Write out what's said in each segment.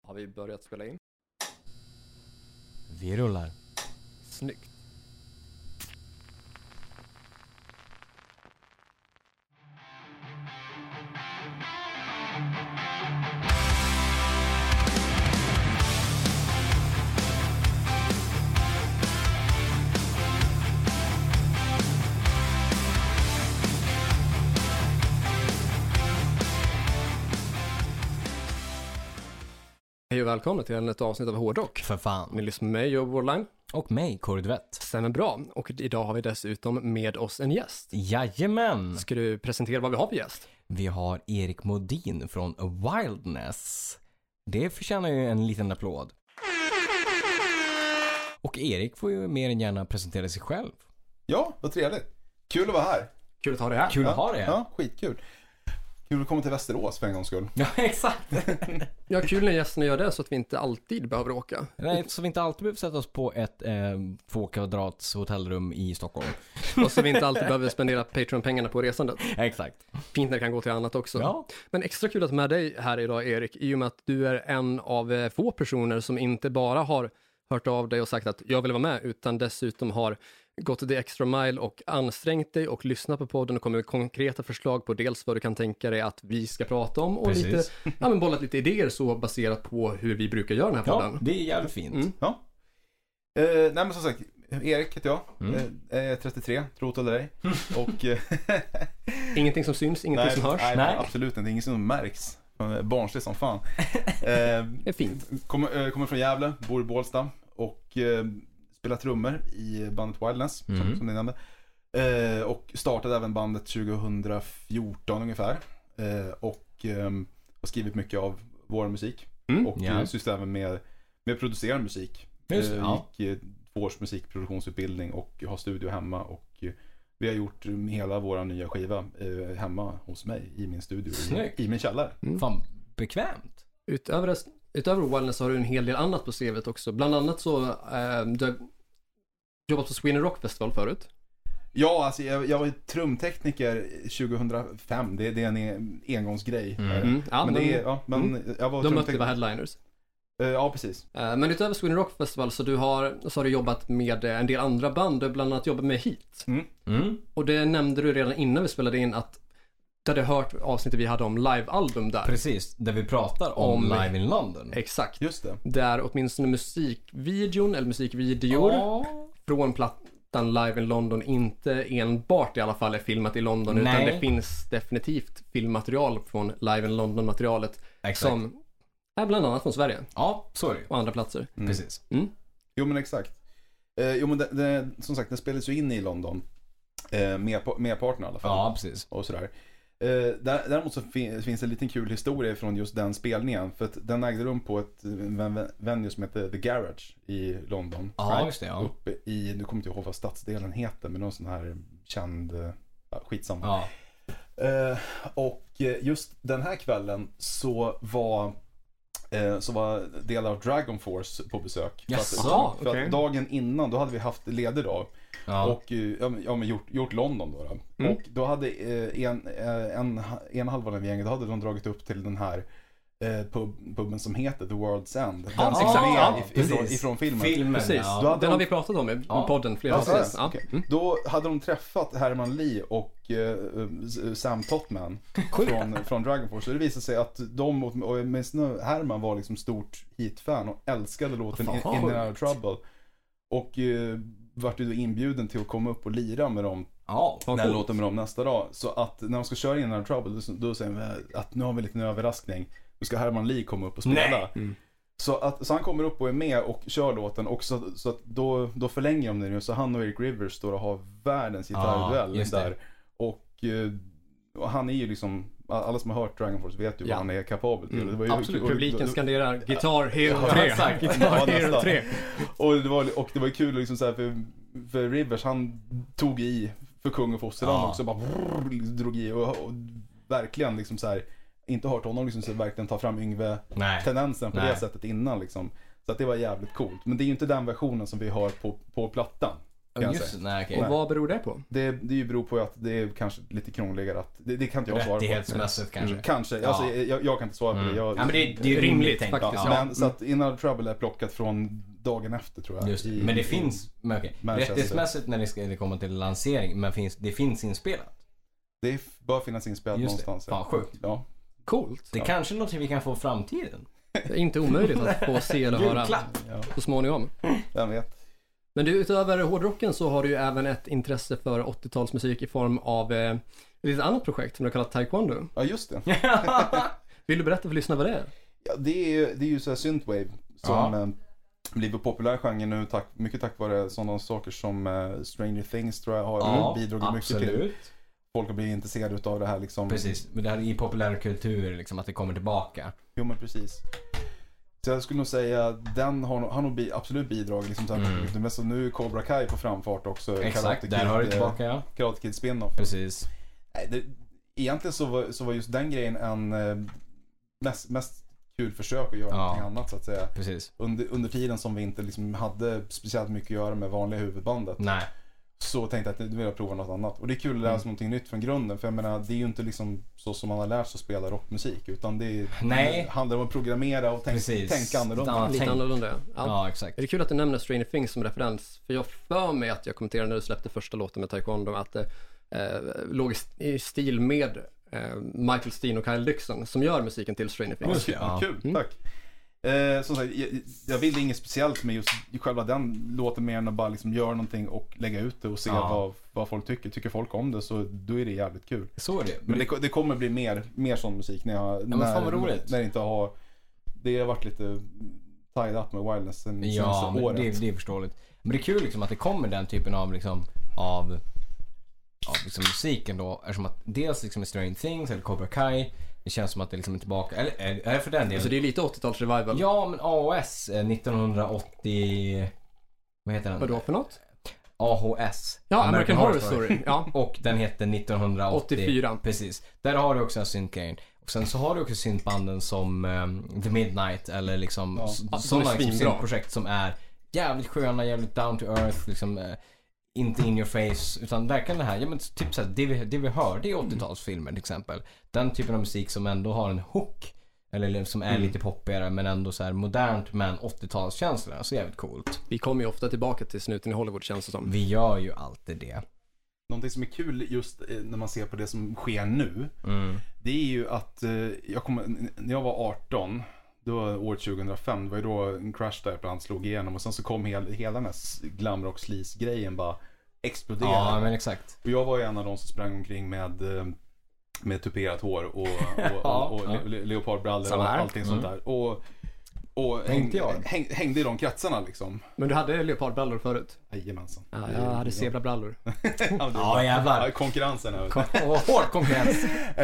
Har vi börjat spela in? Vi rullar. Snyggt. Hej och välkomna till ett avsnitt av Hårdrock. För fan. Ni lyssnar med mig, Joe Warline. Och mig, Kordvett. Stämmer bra. Och idag har vi dessutom med oss en gäst. Jajamän. Ska du presentera vad vi har för gäst? Vi har Erik Modin från Wildness. Det förtjänar ju en liten applåd. Och Erik får ju mer än gärna presentera sig själv. Ja, vad trevligt. Kul att vara här. Kul att ha dig här. Kul att ha det här. Ja, skitkul. Kul att komma till Västerås för en gångs skull. Ja, exakt. Ja, kul när gästerna gör det så att vi inte alltid behöver åka. Nej, så vi inte alltid behöver sätta oss på ett 2 kvadrats hotellrum i Stockholm. Och så vi inte alltid behöver spendera Patreon-pengarna på resandet. Exakt. Fint när det kan gå till annat också. Ja. Men extra kul att med dig här idag, Erik, i och med att du är en av få personer som inte bara har hört av dig och sagt att jag vill vara med, utan dessutom har gått the extra mile och ansträngt dig och lyssnat på podden och kommit med konkreta förslag på dels vad du kan tänka dig att vi ska prata om och Precis. lite, ja, men bollat lite idéer så baserat på hur vi brukar göra den här podden. Ja, det är jävligt fint. Ja. Nej men som sagt, Erik heter jag. Är 33, tro eller ej. Och Ingenting som syns, ingenting som hörs. Nej, absolut inte. Inget som märks. Barnslig som fan. Det är fint. Kommer från Gävle, bor i Bålsta och spelar trummor i bandet Wildness som ni nämnde. Och startade även bandet 2014 ungefär. Och har skrivit mycket av vår musik. Och sysslar även med producerad musik. Just det, ja. Gick 2 års musikproduktionsutbildning och har studio hemma. Och vi har gjort hela våra nya skiva hemma hos mig i min studio. I min källare. Fan, bekvämt. Utöver Wildness har du en hel del annat på CV:t också. Bland annat så du har jobbat på Sweden Rock Festival förut. Ja, alltså jag var trumtekniker 2005. Det är en engångsgrej. Ja, men det är, jag var de mötte var headliners. Ja, precis. Men utöver Sweden Rock Festival så har du jobbat med en del andra band. Du har bland annat jobbat med Heat. Och det nämnde du redan innan vi spelade in att du hade hört avsnittet vi hade om live-album där. Precis, där vi pratar om Live in London. Exakt. Just det. Där åtminstone musikvideor från plattan Live in London inte enbart i alla fall är filmat i London. Nej. Utan det finns definitivt filmmaterial från Live in London-materialet. Exakt. Som är bland annat från Sverige. Ja, så är det. Och andra platser. Precis. Jo, men exakt. Som sagt, den spelades ju in i London. Med partner i alla fall. Ja, precis. Och sådär. Däremot så finns det en liten kul historia från just den spelningen. För att den ägde rum på ett venue som heter The Garage i London. Ja, just det, ja. Uppe i, nu kommer inte jag ihåg vad stadsdelen heter, men någon sån här känd, skitsamma. Ja. Och just den här kvällen så var delar av Dragon Force på besök. För att dagen innan, då hade vi haft ledig dag. Ja. Och gjort London då. Och då hade en halva av gänget, då hade de dragit upp till den här puben som heter The World's End. Den som är ifrån filmen. Precis. Ja. Den har vi pratat om i podden flera gånger. Då hade de träffat Herman Lee och Sam Totman från Dragon Force. Så det visade sig att de, och Herman var liksom stort Heat-fan och älskade låten In and Out of Trouble. Och vart du då inbjuden till att komma upp och lira med dem. Den låten med dem nästa dag. Så att när de ska köra In and Out of Trouble, då säger vi att nu har vi en liten överraskning. Då ska Herman Lee komma upp och spela. Så han kommer upp och är med och kör låten. Och så att då förlänger de det nu. Så han och Eric Rivers står och har världens gitarrduell där. Och han är ju liksom, alla som har hört Dragon Force vet ju vad han är kapabel till. Det var ju absolut, publiken skanderar Guitar Hero 3. Guitar Hero 3. Och det var ju kul liksom så här, för Rivers, han tog i för kung och fosterland också, bara drog i och verkligen liksom så här, inte hört honom liksom så verkligen ta fram Yngve-tendensen på det sättet innan liksom. Så att det var jävligt coolt. Men det är ju inte den versionen som vi har på plattan. Nej, okay. Och vad beror det på? Det ju beror på att det är kanske lite krångligare att det kan inte jag svara på. Rättighetsmässigt kanske. Kanske, ja. Alltså, jag kan inte svara på det. Ja, men det är ju rimligt faktiskt. Ja. Men så att Inner Trouble är plockat från dagen efter tror jag. Just det. Men det finns, rättighetsmässigt när det kommer till lansering, men det finns inspelat. Det bör finnas inspelat någonstans. Fan, sjukt. Ja. Coolt. Det är kanske något vi kan få i framtiden. Det är inte omöjligt att få se eller höra så småningom. Vem vet. Men du, utöver hårdrocken så har du ju även ett intresse för 80-talsmusik i form av ett litet annat projekt som du kallar Taekwondo. Ja, just det. Vill du berätta för lyssnarna vad det är? Ja, det är ju så här synthwave som blivit populär genre nu mycket tack vare sådana saker som Stranger Things tror jag har bidragit mycket till. Folk har blivit intresserade av det här liksom. Precis, men det här är i populärkultur liksom, att det kommer tillbaka. Jo, men precis. Så jag skulle nog säga den har nog absolut bidragit liksom, men så nu är Cobra Kai på framfart också. Exakt, där har du tillbaka, Karate Kid spin-off. Precis. Nej, egentligen så var just den grejen en mest kul försök att göra någonting annat så att säga. Precis. Under tiden som vi inte liksom hade speciellt mycket att göra med vanliga huvudbandet. Nej. Så tänkte jag att nu vill jag prova något annat. Och det är kul att lära sig någonting nytt från grunden. För jag menar, det är ju inte liksom så som man har lärt sig att spela rockmusik. Utan det handlar om att programmera och tänka annorlunda. Lite annorlunda, ja, exakt. Är det kul att du nämner Stranger Things som referens? För jag för mig att jag kommenterade när du släppte första låten med Taekwondo att det låg i stil med Michael Steen och Kyle Dixon som gör musiken till Stranger Things. Kul, tack. Som sagt, jag vill inget speciellt med just själva den låten mer än att bara liksom göra någonting och lägga ut det och se vad folk tycker. Tycker folk om det så då är det jävligt kul. Så är det. Men det kommer bli mer sån musik när det inte har. Det har varit lite tied up med Wildness sen året. Det är förståeligt. Men det är kul liksom att det kommer den typen av liksom av liksom musiken då, eftersom att dels liksom i Stranger Things eller Cobra Kai. Det känns som att det liksom är tillbaka. Eller är för den delen. Alltså det är lite 80-tals revival. Ja, men AOS 1980. Vad heter den? Vadå för något? AHS. Ja, American Horror Story. Ja. Och den heter 1984. Precis. Där har du också en syntgrejen. Och sen så har du också syntbanden som The Midnight eller liksom sådana syntprojekt som är jävligt sköna, jävligt down to earth liksom. Inte in your face, utan verkligen det här, ja men typ såhär, det vi hörde i 80-talsfilmer till exempel. Den typen av musik som ändå har en hook, eller som är lite poppigare men ändå så här modernt men 80-talskänsla, så jävligt coolt. Vi kommer ju ofta tillbaka till snuten i Hollywood känns det som. Vi gör ju alltid det. Någonting som är kul just när man ser på det som sker nu, det är ju att när jag var 18, då år 2005, det var ju då en crash där bland slog igenom och sen så kom hela den här glamrock sleaze-grejen bara exploderade. Ja, men exakt. Och jag var ju en av de som sprang omkring med tuperat hår och leopardbrallor och allting sånt där. Och hängde i de kretsarna liksom. Men du hade leopardbrallor förut? Jajamensan. Ja, jag hade zebrabrallor. Ja, jävlar. Konkurrensen. Hård konkurrens.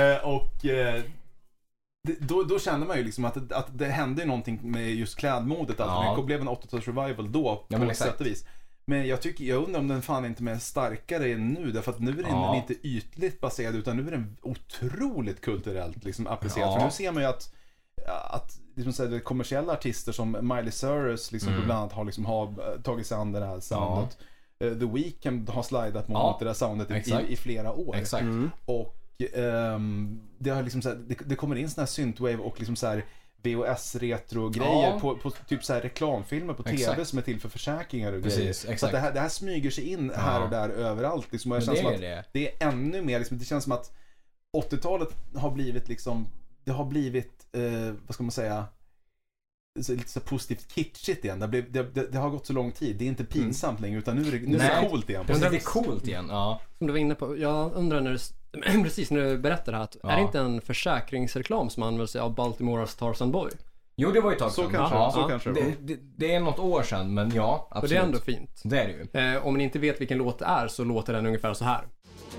Då kände man ju liksom att det hände någonting med just klädmodet. Alltså, det blev en 80-tals revival då på sätt och vis. Men jag undrar om den fan inte är starkare än nu. Därför att nu är den inte ytligt baserad utan nu är den otroligt kulturellt liksom applicerad. För nu ser man ju att liksom så här, kommersiella artister som Miley Cyrus liksom, bland annat har tagit sig an det här soundet. The Weeknd har slidat mot det där soundet i flera år. Exakt. Och det har liksom så här, det kommer in såna här synthwave och liksom så här VHS retro grejer på typ så här reklamfilmer på TV som är till för försäkringar och grejer. Så att det här smyger sig in här och där överallt liksom, och det känns som att det är ännu mer liksom, det känns som att 80-talet har blivit liksom, det har blivit vad ska man säga, lite så positivt kitschigt igen. Det har gått så lång tid. Det är inte pinsamt längre utan nu är det coolt igen. Det är coolt igen. Ja. Som du var inne på. Jag undrar precis när du berättar det här att är det inte en försäkringsreklam som använder sig av Baltimoras Tarzan Boy? Jo, det var ju ett tag sedan. Så kanske det är något år sedan, men ja, absolut. Och det är ändå fint. Det är det ju. Om ni inte vet vilken låt det är så låter den ungefär så här.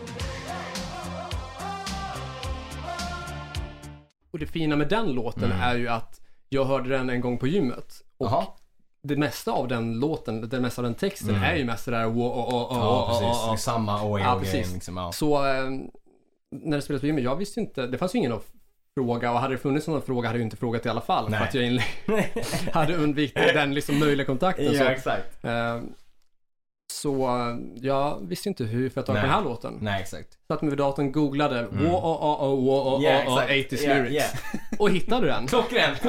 Och det fina med den låten är ju att jag hörde den en gång på gymmet. Och det mesta av den låten, det mesta av den texten är ju mest sådär precis. Det är samma precis. Liksom, så när det spelades på gymmet, jag visste inte, det fanns ju ingen att fråga, och hade det funnits någon fråga hade jag inte frågat i alla fall. För att jag hade undvikit den liksom möjliga kontakten. Ja, exakt. Så jag visste inte hur för att ta den här låten. Nej, exakt. Satt med vid datorn, googlade 80s lyrics. Och hittade den. Klockrent.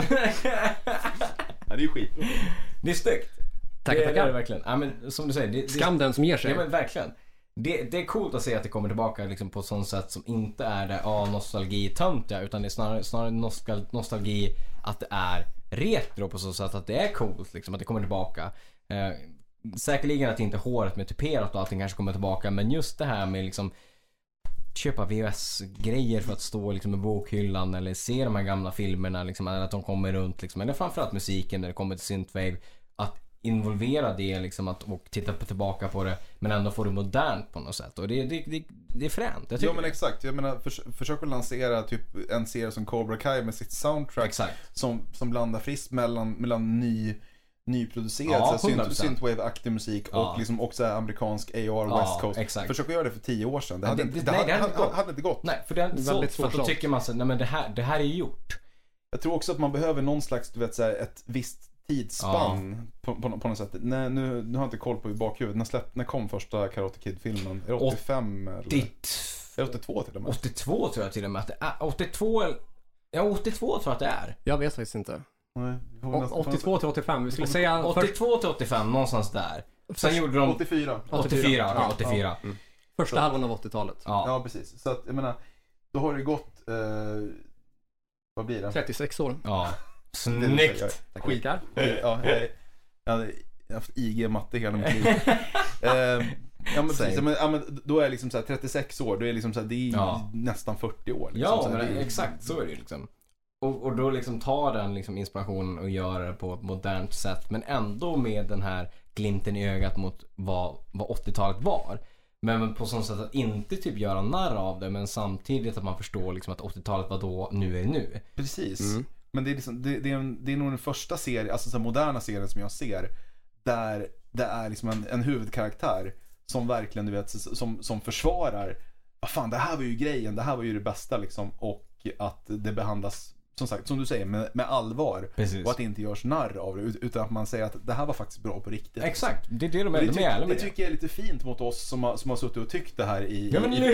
Ja, det är skit. Det är snyggt. Tackar. Det är det verkligen. Ja, men som du säger, skam den som ger sig. Ja, men verkligen. Det är coolt att se att det kommer tillbaka liksom, på ett sånt sätt som inte är det nostalgi-töntiga, utan det är snarare nostalgi att det är retro på så sätt att det är coolt liksom, att det kommer tillbaka. Säkerligen att inte håret med tuperat och allting kanske kommer tillbaka, men just det här med liksom köpa VHS-grejer för att stå liksom i bokhyllan eller se de här gamla filmerna liksom, eller att de kommer runt liksom, eller framförallt musiken när det kommer till synthwave, att involvera det liksom, och titta tillbaka på det, men ändå få det modernt på något sätt, och det är fränt. Ja, men exakt, jag menar försök att lansera typ en serie som Cobra Kai med sitt soundtrack. Exakt. Som blandar friskt mellan nyproducerad synthwave-aktig musik och liksom också amerikansk AR West Coast. Exakt. Försök att göra det för 10 år sedan. Det hade inte gått. Nej, för det är väldigt så, för då tycker man så, nej men det här är gjort. Jag tror också att man behöver någon slags, du vet, så här, ett visst tidsspann på något sätt. Nej, nu har jag inte koll på i bakhuvudet. När kom första Karate Kid-filmen? Är det 85 eller? Är det 82 till och med? 82 tror jag till och med att det är. 82 tror jag att det är. Jag vet faktiskt inte. Nej, 82 till 85. Vi skulle säga 82 till 85, någonstans där. Sen gjorde de 84. Första halvan av 80-talet. Ja, precis. Så att jag menar, då har det gått vad blir det? 36 år. Ja. Snyggt. Skickar. Ja, jag har haft IG matte hela mitt liv. Ja, men precis. Men då är jag liksom så här 36 år, då är liksom så här, det är nästan 40 år liksom. Ja, så men det är, exakt så är det liksom. Och då liksom tar den liksom inspirationen och gör det på ett modernt sätt, men ändå med den här glimten i ögat mot vad 80-talet var. Men på sånt sätt att inte typ göra narr av det, men samtidigt att man förstår liksom att 80-talet var då, nu är nu. Precis. Men det är liksom, det är nog den första serien, alltså så moderna serien som jag ser, där det är liksom en huvudkaraktär som verkligen, du vet, som försvarar, vad fan, det här var ju grejen, det här var ju det bästa liksom, och att det behandlas, som sagt, som du säger, med allvar. Precis. Och att det inte görs narr av det, utan att man säger att det här var faktiskt bra på riktigt. Exakt, det är det de är. Det tycker jag är lite fint mot oss som har suttit och tyckt det här i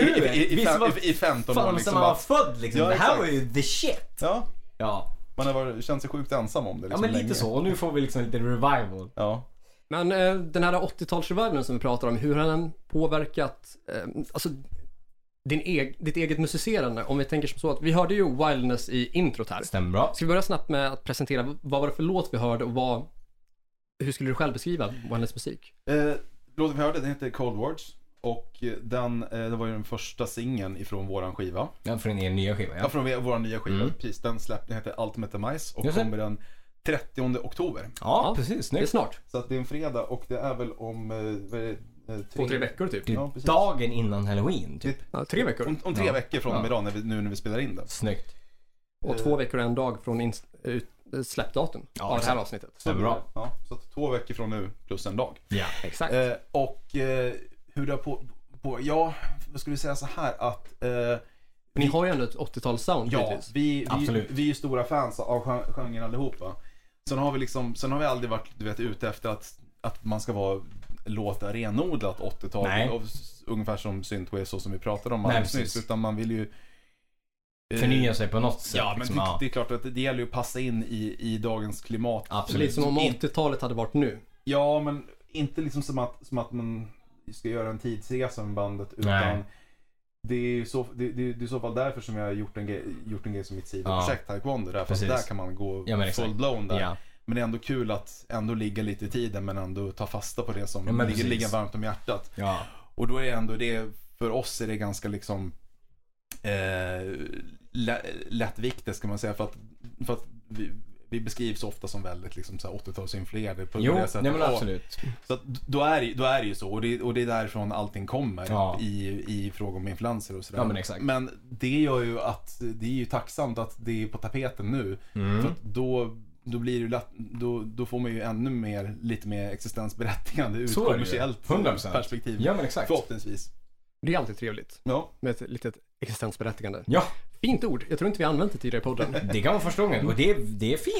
15 år. Liksom, man var född liksom. Ja, det här var ju the shit. Ja. Man har känt sig sjukt ensam om det liksom, ja, men lite länge. Så, och nu får vi liksom lite revival. Ja. Men den här 80-talsrevivalen som vi pratar om, hur har den påverkat alltså ditt eget musicerande? Om vi tänker som så att vi hörde ju Wildness i introt här. Stämmer bra. Ska vi börja snabbt med att presentera vad var det för låt vi hörde och hur skulle du själv beskriva Wildness musik? Låten vi hörde, den heter Cold Words. Och det var ju den första singeln ifrån våran skiva. Ja, från er nya skiva. Ja, från våran nya skiva. Precis, den heter Ultimate Demise och kommer den 30 oktober. Ja, precis. Det är snart. Så att det är en fredag och det är väl om 2-3 veckor typ. Ja, dagen innan Halloween typ. Ja, 3 veckor. Om 3 veckor från och med idag när vi spelar in den. Snyggt. Och 2 veckor och en dag från släppdatum av det här avsnittet. Så bra. Ja, så att 2 veckor från nu plus en dag. Ja, exakt. Och hur det på jag skulle vi säga så här att ni har ju ändå ett 80-tals-sound. Ja, vi är ju stora fans av genren allihopa. Sen har vi aldrig varit, du vet, ute efter att man ska låta renodlat 80-tal, ungefär som synthwave, så som vi pratade om alldeles nyss, utan man vill ju förnya sig på något sätt. Ja, men det är klart att det gäller ju att passa in i dagens klimat. Absolut. Lite som om 80-talet hade varit nu. Ja, men inte liksom som att man ska göra en tidsresa med bandet, utan det är i så fall därför som jag har gjort en grej som mitt sidoprojekt Taekwondo, därför att där kan man gå full blown där. Ja. Men det är ändå kul att ändå ligga lite i tiden, men ändå ta fasta på det som ligger varmt om hjärtat. Ja. Och då är ändå det, för oss är det ganska liksom lättviktigt, ska man säga, för att vi beskrivs ofta som väldigt liksom så 80-talsinfluerade på det sättet. Nej, men absolut. Så att då är det ju så, och det är därifrån allting kommer i fråga om influenser och sådär. Ja, men exakt. Men det gör ju att det är ju tacksamt att det är på tapeten nu, för att då blir det då får man ju ännu lite mer existensberättigande ur kommersiellt perspektiv. Ja, men exakt. Förhoppningsvis. Det är alltid trevligt. Ja. Med ett litet existensberättigande. Ja. Fint ord. Jag tror inte vi har använt det tidigare i podden. Det kan vara första gången. Och det är fint.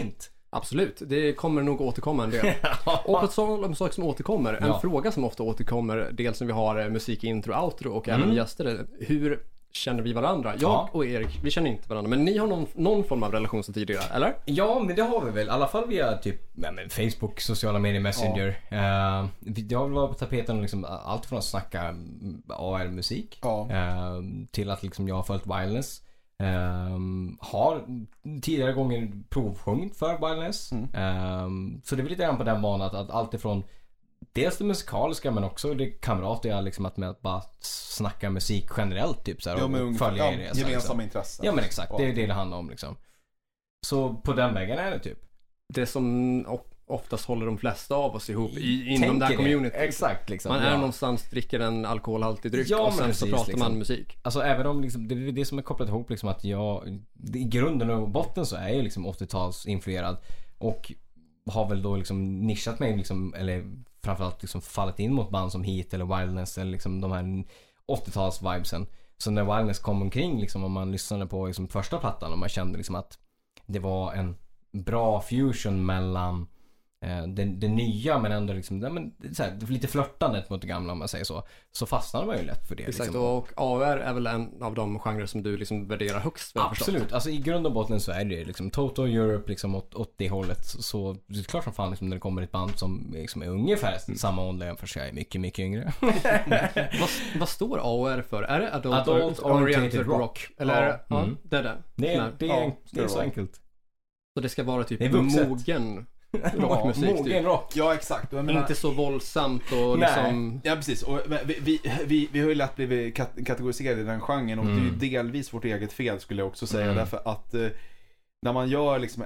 Absolut, det kommer nog återkomma en del. Och på tal om saker som återkommer, en fråga som ofta återkommer, dels som vi har musik intro, outro och även gäster. Hur känner vi varandra? Jag och Erik, vi känner inte varandra, men ni har någon form av relation sedan tidigare, eller? Ja, men det har vi väl. I alla fall via typ Facebook, sociala medier, Messenger. Det har väl varit på tapeten liksom, allt från att snacka AR-musik till att liksom, jag har följt Wildness. Har tidigare gånger provsjungit för Wildness. Så det är väl lite grann på den banan att allt ifrån dels det musikaliska men också det kamratiga liksom med att bara snacka musik generellt typ så här, och följa i det. Gemensamma intressen. Ja men exakt, det är det handlar om liksom. Så på den vägen är det typ. Det som oftast håller de flesta av oss ihop inom det här community. Exakt liksom. Man är någonstans, dricker en alkoholhaltig dryck och sen precis, så pratar liksom. Man musik. Alltså även om liksom, det är det som är kopplat ihop liksom att i grunden och botten så är jag liksom 80-tals influerad och har väl då liksom nischat mig liksom, eller framförallt liksom fallit in mot band som Heat eller Wildness eller liksom de här 80-tals vibesen. Så när Wildness kom omkring liksom, om man lyssnade på liksom första plattan och man kände liksom att det var en bra fusion mellan det nya men ändå liksom, så här, lite flörtandet mot det gamla om man säger så fastnade man ju lätt för det. Exakt, liksom. och AR är väl en av de genrer som du liksom värderar högst. Absolut, alltså i grund och botten så är det liksom Toto Europe liksom åt det hållet, så det är klart som fan liksom, när det kommer ett band som liksom är ungefär samma ålder, för jag är mycket, mycket yngre. Vad står AR för? Är det Adult Oriented Rock? Eller det är det. Det är så enkelt. Så det ska vara typ mogen rockmusik. Mogen rock. Ja, exakt. Inte så våldsamt och liksom... Ja, precis. Och vi har ju lätt blivit kategoriserade i den genren och det är ju delvis vårt eget fel skulle jag också säga. Därför att när man gör liksom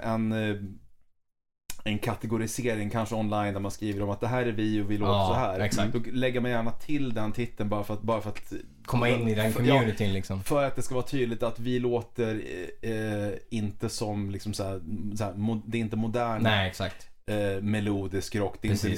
en kategorisering kanske online där man skriver om att det här är vi och vi låter så här. Exakt. Då lägger man gärna till den titeln bara för att komma in i den communityn liksom. För att det ska vara tydligt att vi låter inte som liksom så här, det är inte modern. Nej, exakt. Melodisk rock. Det är inte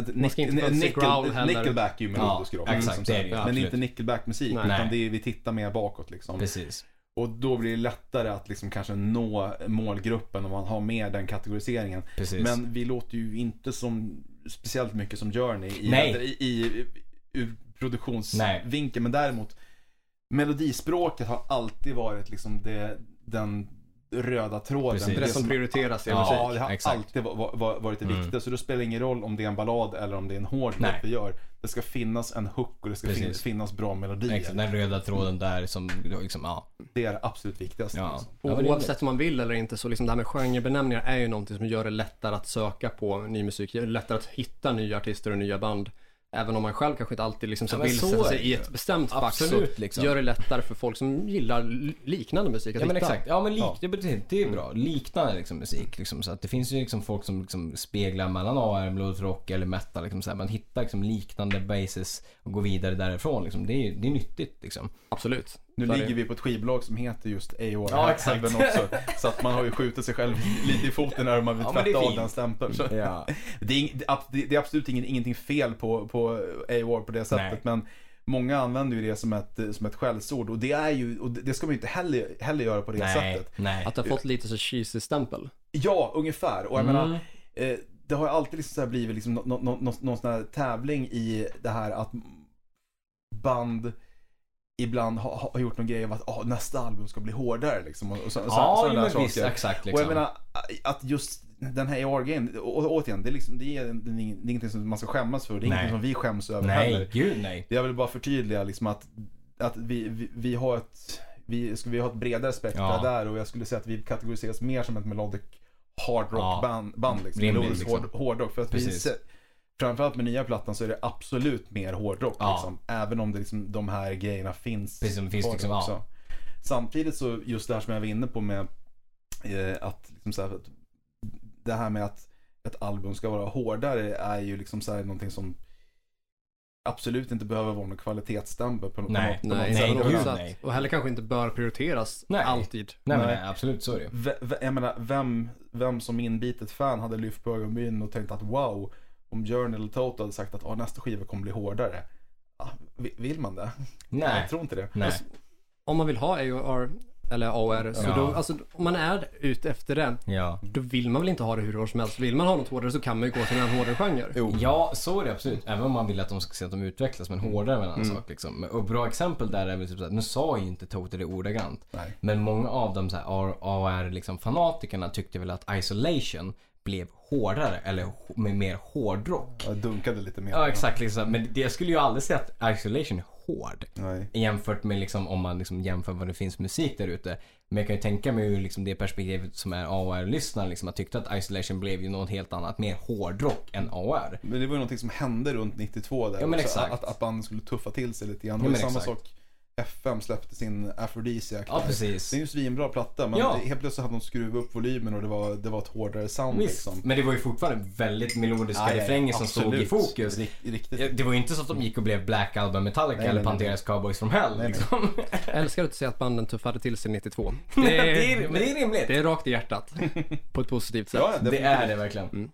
liksom, Nickelback är ju melodisk rock. Exakt, liksom, det är men inte Nickelback musik utan det är, vi tittar mer bakåt liksom. Precis. Och då blir det lättare att liksom kanske nå målgruppen om man har med den kategoriseringen. Precis. Men vi låter ju inte som speciellt mycket som Journey i produktionsvinkel. Men däremot melodispråket har alltid varit liksom den röda tråden. Precis. Det som prioriteras i musik. Ja, det har alltid varit det viktiga. Så det spelar ingen roll om det är en ballad eller om det är en hård låt vi gör. Det ska finnas en hook och det ska finnas bra melodier. Exakt, den röda tråden där som liksom, det är det absolut viktigaste. Ja. Liksom. Oavsett om man vill eller inte så liksom det här med genrebenämningar är ju någonting som gör det lättare att söka på ny musik. Det är lättare att hitta nya artister och nya band. Även om man själv kanske inte alltid liksom vill sätta sig i ett bestämt fack, så liksom. Gör det lättare för folk som gillar liknande musik att hitta. Men exakt. Ja, men det är bra. Liknande liksom, musik. Liksom, så att det finns ju liksom folk som liksom speglar mellan AR, bluesrock eller metal. Liksom, så här. Man hittar liksom, liknande bases och går vidare därifrån. Liksom. Det är nyttigt. Liksom. Absolut. Nu ligger vi på ett skivbolag som heter just AOR. Ja, exakt. Också, så att man har ju skjutit sig själv lite i foten när man vill tvätta av den stämpeln. Ja. Det är absolut ingenting fel på AOR på det sättet. Nej. Men många använder ju det som ett skällsord. Och det är ju, och det ska man ju inte heller göra på det sättet. Nej. Att det har fått lite så cheesy stämpel. Ja, ungefär. Och jag menar, det har ju alltid liksom så här blivit liksom någon sån här tävling i det här att band ibland har gjort någon grej av att nästa album ska bli hårdare liksom, och visst, exakt liksom. Och jag menar att just den här AOR-grejen, och återigen, det är ingenting som man ska skämmas för, det är ingenting som vi skäms över heller. Gud, nej. Jag vill bara förtydliga liksom att vi har ett bredare spektra där, och jag skulle säga att vi kategoriseras mer som ett melodic hard rock band liksom, melodisk hårdrock, för att framförallt med nya plattan så är det absolut mer hårdrock liksom, även om det liksom, de här grejerna finns liksom, också. Samtidigt så just det här som jag var inne på med att liksom så här, det här med att ett album ska vara hårdare är ju liksom så här någonting som absolut inte behöver vara någon kvalitetsstämpel på något sätt. Och heller kanske inte bör prioriteras alltid. Nej, absolut, så är det. Jag menar, vem som inbitet fan hade lyft på ögonbrynen och tänkt att wow, om Journey eller Toto hade sagt att nästa skiva kommer bli hårdare. Vill man det? Nej. Jag tror inte det. Nej. Alltså, om man vill ha AOR eller AOR. Så då, alltså, om man är ute efter det, då vill man väl inte ha det hur hårt som helst. Vill man ha något hårdare så kan man ju gå till en hårdare genre. Ja, så är det absolut. Även om man vill att de ska se att de utvecklas, men hårdare med en annan sak liksom. Och bra exempel där är väl typ så att, nu sa ju inte Total det ordagrant. Nej. Men många av de så här AOR liksom fanatikerna tyckte väl att Isolation blev hårdare eller med mer hårdrock. Jag dunkade lite mer. Ja, exakt liksom. Men jag skulle ju aldrig säga att Isolation är hård. Nej. Jämfört med liksom, om man liksom jämför vad det finns musik där ute. Men jag kan ju tänka mig hur liksom det perspektivet som är AOR-lyssnare liksom har tyckt att Isolation blev ju något helt annat, mer hårdrock än AOR. Men det var ju någonting som hände runt 92 där. Ja, men exakt. Att banden skulle tuffa till sig lite grann. Det var samma sak. FM släppte sin Aphrodisiac. Ja, precis. Det är ju en svinbra platta, men helt plötsligt hade de skruvat upp volymen och det var ett hårdare sound liksom. Men det var ju fortfarande väldigt melodiska refränger som stod i fokus. Riktigt. Det var ju inte så att de gick och blev Black Album Metallica eller Panteras Cowboys from Hell liksom. Jag älskar att säga att banden tuffade till sig 92. Men det är rimligt. Det är rakt i hjärtat. På ett positivt sätt. Ja, det är det verkligen.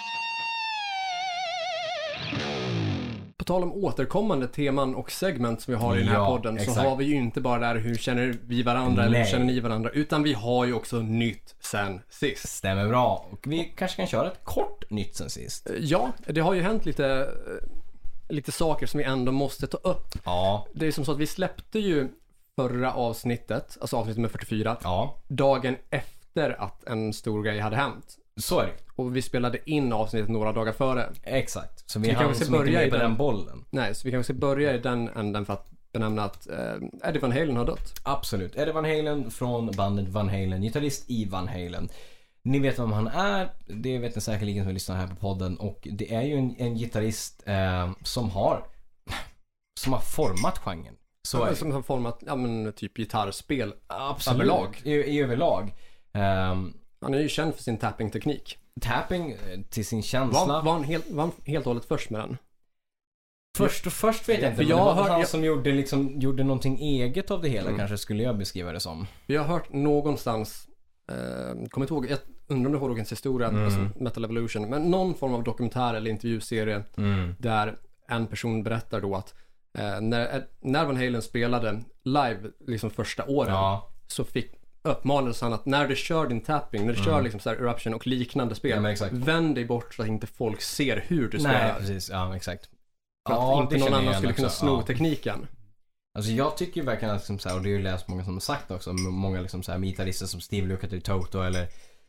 På tal om återkommande teman och segment som vi har i den här podden, så har vi ju inte bara där hur känner vi varandra eller hur känner ni varandra, utan vi har ju också nytt sen sist. Stämmer bra. Och vi kanske kan köra ett kort nytt sen sist. Ja, det har ju hänt lite saker som vi ändå måste ta upp. Ja. Det är som så att vi släppte ju förra avsnittet, alltså avsnittet med 44, dagen efter att en stor grej hade hänt. Så är det. Och vi spelade in avsnittet några dagar före. Exakt. Så vi hann som inte med på den bollen. Nej, så vi kanske ska börja i den änden för att benämna att Eddie Van Halen har dött. Absolut. Eddie Van Halen från bandet Van Halen, gitarrist i Van Halen. Ni vet vem han är, det vet ni säkerligen som lyssnar här på podden. Och det är ju en gitarrist som har format genren. Som har format typ gitarrspel. Absolut. Överlag. I överlag. Han är ju känd för sin tapping-teknik. Tapping till sin känsla. Var han helt och hållet först med den? Först vet jag inte. För jag har han som gjorde någonting eget av det hela, kanske skulle jag beskriva det som. Vi har hört någonstans, kommer inte ihåg, jag undrar om det Hårdrockens historia, alltså Metal Evolution, men någon form av dokumentär eller intervjuserie där en person berättar då att när Van Halen spelade live liksom första åren, så uppmanades han att när du kör din tapping, när du kör liksom så här Eruption och liknande spel, vänd dig bort så att inte folk ser hur du spelar. Nej, precis. Ja, exakt. För att inte någon annan skulle kunna sno tekniken. Alltså jag tycker ju verkligen att liksom så här, och det är ju läst många som har sagt också, många liksom så här gitarrister som Steve Lukather, Toto eller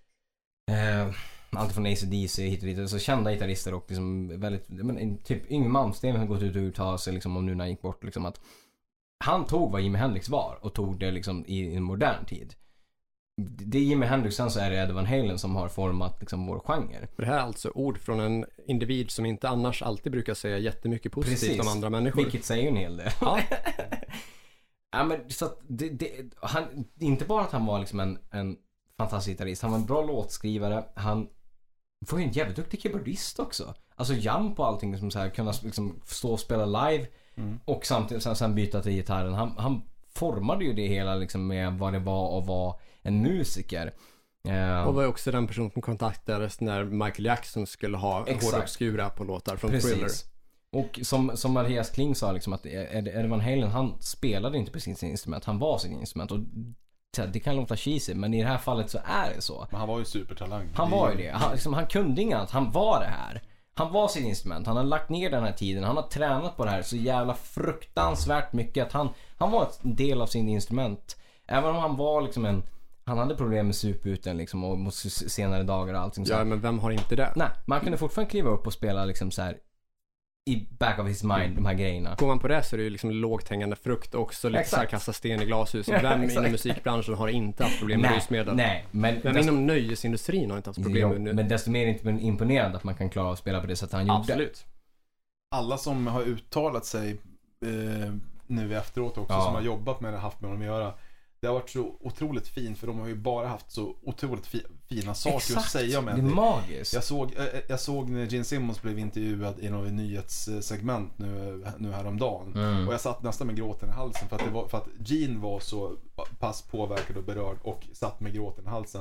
allt från AC/DC hit och dit, så kända gitarrister och liksom väldigt, typ Yngwie Malmsteen har gått ut och uttalat sig liksom om nu när han gick bort liksom att han tog vad Jimi Hendrix var och tog det liksom i en modern tid. Det är Jimi Hendrix, sen så är det Eddie Van Halen som har format liksom vår genre. Det här är alltså ord från en individ som inte annars alltid brukar säga jättemycket positivt om andra människor. Vilket säger en hel del. Ja. Ja, men så att han, inte bara att han var liksom en fantastisk gitarrist, han var en bra låtskrivare, han var ju en jävligt duktig keyboardist också. Alltså jump och allting som så här, kunna liksom stå och spela live och samtidigt sen byta till gitarren. Han formade ju det hela liksom med vad det var att vara en musiker. Och var ju också den person som kontaktades när Michael Jackson skulle ha hårdrockskura på låtar från Thriller. Och som Marias Kling sa liksom att Eddie Van Halen, han spelade inte på sin instrument, han var sin instrument. Och det kan låta cheesy, men i det här fallet så är det så. Men han var ju supertalang. Han var ju det. Han kunde inget, han var det här. Han var sin instrument, han har lagt ner den här tiden, han har tränat på det här så jävla fruktansvärt mycket att han var en del av sin instrument. Även om han var liksom han hade problem med suputen liksom och mot senare dagar och allting så. Ja, men vem har inte det? Nej, man kunde fortfarande kliva upp och spela liksom så här i back of his mind, de här grejerna. Går man på det så är det ju liksom lågt hängande frukt också, lite så här kasta sten i glashus. Vem inom musikbranschen har inte haft problem med rusmedel? Nej, men vem inom nöjesindustrin har inte haft problem med nu? Men desto mer imponerande att man kan klara att spela på det sättet han gjorde. Absolut. Alla som har uttalat sig nu efteråt också, som har jobbat med det, haft med dem att göra. Det har varit så otroligt fint, för de har ju bara haft så otroligt fina saker att säga om det. Det är magiskt. Jag såg när Gene Simmons blev intervjuad i något nyhetssegment nu häromdagen. Och jag satt nästan med gråten i halsen för att Gene var så pass påverkad och berörd och satt med gråten i halsen.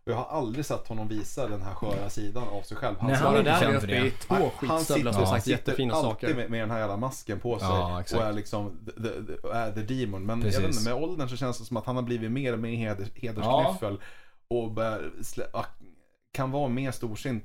Jag har aldrig sett honom visa den här sköra sidan av sig själv. Han var där uppe i 2 skitstövlar som sagt jättefina saker. Han sitter med den här jävla masken på sig och är liksom the demon. Men jag vet inte, med åldern så känns det som att han har blivit mer och mer hedersknyffel och kan vara mer storsint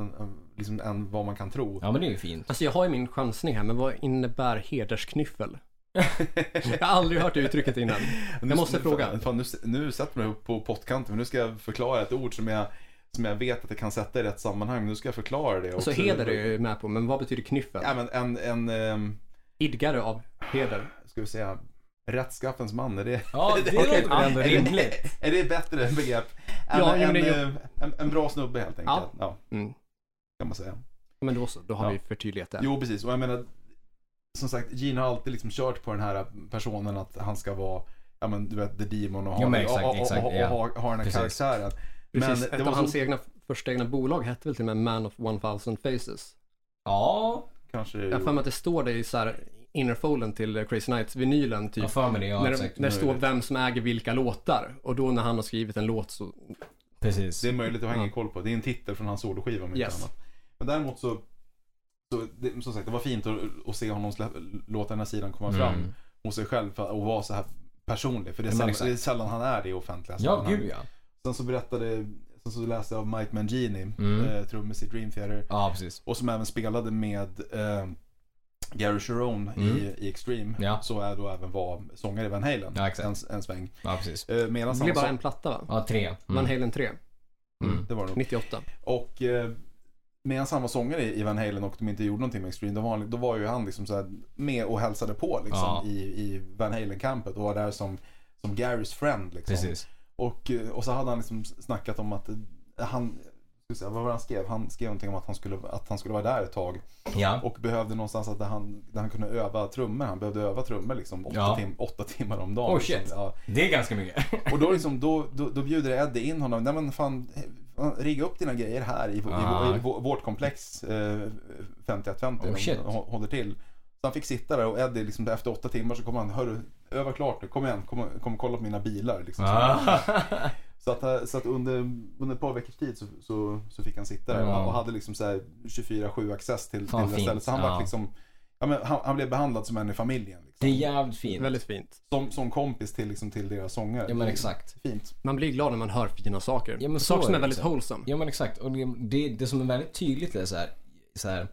än vad man kan tro. Ja, men det är ju fint. Alltså jag har ju min chansning här, men vad innebär hedersknyffel? Jag har aldrig hört det uttrycket innan. Jag måste fråga. Nu sätter man upp på pottkanten, men nu ska jag förklara ett ord som jag vet att jag kan sätta i rätt sammanhang. Nu ska jag förklara det. Alltså heder är jag med på, men vad betyder knyffel? Ja, men en idgare av heder. Ska vi säga rättskaffens man, är det? Ja, det låter väl ändå rimligt. Är det bättre begrepp? En bra snubbe helt enkelt. Ja. Kan man säga. Men då har vi förtydligat det. Jo, precis. Och jag menar, som sagt, Gene har alltid liksom kört på den här personen att han ska vara, ja men du vet, the demon och ha den här karaktären. Precis, men det var hans första egna bolag hette väl till och med Man of 1000 Faces. Ja, kanske. Jag får mig att det står det i så här innerfolden till Crazy Nights vinylen typ. Jag får mig det, när det står vem som äger vilka låtar, och då när han har skrivit en låt så precis. Det är möjligt att ha ingen koll på. Det är en titel från hans soloskiva om inte annat. Men däremot så som sagt, det var fint att se honom låta den här sidan komma fram hos sig själv och vara så här personlig, för det är sällan han är det i offentliga sammanhang. Ja, gud ja. Sen så läste jag av Mike Mangini, trummis i Dream Theater. Ja, precis. Och som även spelade med Gary Cherone i Extreme. Ja. Så är då även var sångare i Van Halen. Ja, en sväng. Ja, precis. Det blev bara en platta, va? Ja, 3. Van Halen 3. Det var det nog. 98. Och medan han var sångare i Van Halen och de inte gjorde någonting med Extreme, då var ju han liksom så här med och hälsade på liksom, i Van Halen-campet och var där som Garys friend liksom. Precis. Och så hade han liksom snackat om att vad var han skrev? Han skrev någonting om att han skulle vara där ett tag. Ja. Och behövde någonstans där han kunde öva trummor. Han behövde öva trummor liksom 8 timmar om dagen. Oh shit. Liksom. Ja. Det är ganska mycket. Och då liksom då bjuder Eddie in honom. Nej men fan, rigga upp dina grejer här i vårt komplex 5150 håller till. Så han fick sitta där och Eddie liksom efter 8 timmar så kom han, hörru, öva klart nu, kom igen, kom kolla på mina bilar liksom. Så att under ett par veckors tid så fick han sitta där och hade liksom så här 24/7 access till det stället. Så han var liksom, han blev behandlad som en i familjen liksom. Det är jävligt fint. Väldigt fint. Som kompis till deras sångare. Ja, men exakt. Fint. Man blir glad när man hör fina saker. Ja, men saker som är väldigt wholesome. Ja, men exakt. Och det som är väldigt tydligt är så här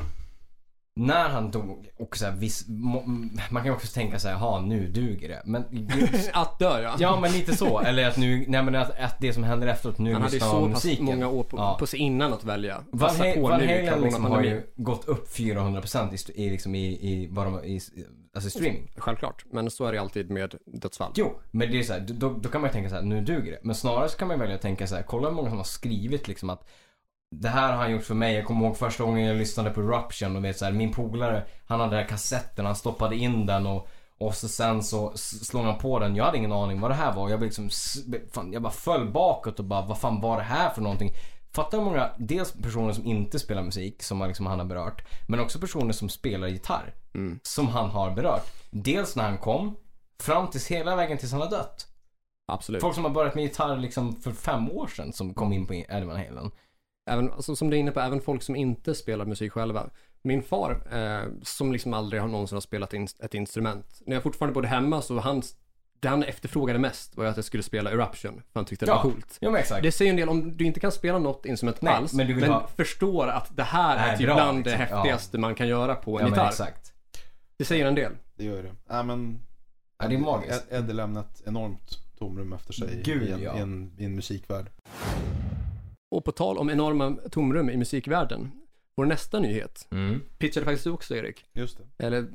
när han dog och så här, man kan också tänka så här, nu duger det. Men att dö, ja. Ja, men lite så, eller att nu att det som händer efteråt nu, han hade så pass många år på sig innan att välja. Van Halen liksom har ju gått upp 400% i liksom i alltså streaming. Självklart, men så är det alltid med dödsfall. Jo, men det är så här, då kan man ju tänka så här, nu duger det. Men snarare så kan man välja att tänka så här, kolla hur många som har skrivit liksom att det här har han gjort för mig. Jag kommer ihåg första gången jag lyssnade på Eruption och vet så här, min polare, han hade den här kassetten, han stoppade in den och så sen så slog han på den. Jag hade ingen aning vad det här var. Jag blev liksom jag bara föll bakåt och bara, vad fan var det här för någonting? Fattar hur många, dels personer som inte spelar musik som liksom han har berört, men också personer som spelar gitarr som han har berört. Dels när han kom fram till hela vägen tills han har dött. Absolut. Folk som har börjat med gitarr liksom för 5 år sedan som kom in på Eddie Van Halen. Även, alltså, som det är inne på, även folk som inte spelar musik själva. Min far, som liksom aldrig har någonsin har spelat ett instrument. När jag fortfarande bodde hemma så det han efterfrågade mest var att jag skulle spela Eruption. För han tyckte det var coolt. Ja, men exakt. Det säger en del om du inte kan spela något instrument alls. Men förstår att det här är typ bland liksom det häftigaste man kan göra på en gitarr. Exakt. Det säger en del. Det gör det. Ja, men det är magiskt. Eddie lämnat ett enormt tomrum efter sig i en musikvärld. Och på tal om enorma tomrum i musikvärlden, vår nästa nyhet pitchade faktiskt du också, Erik. Just det. Eller,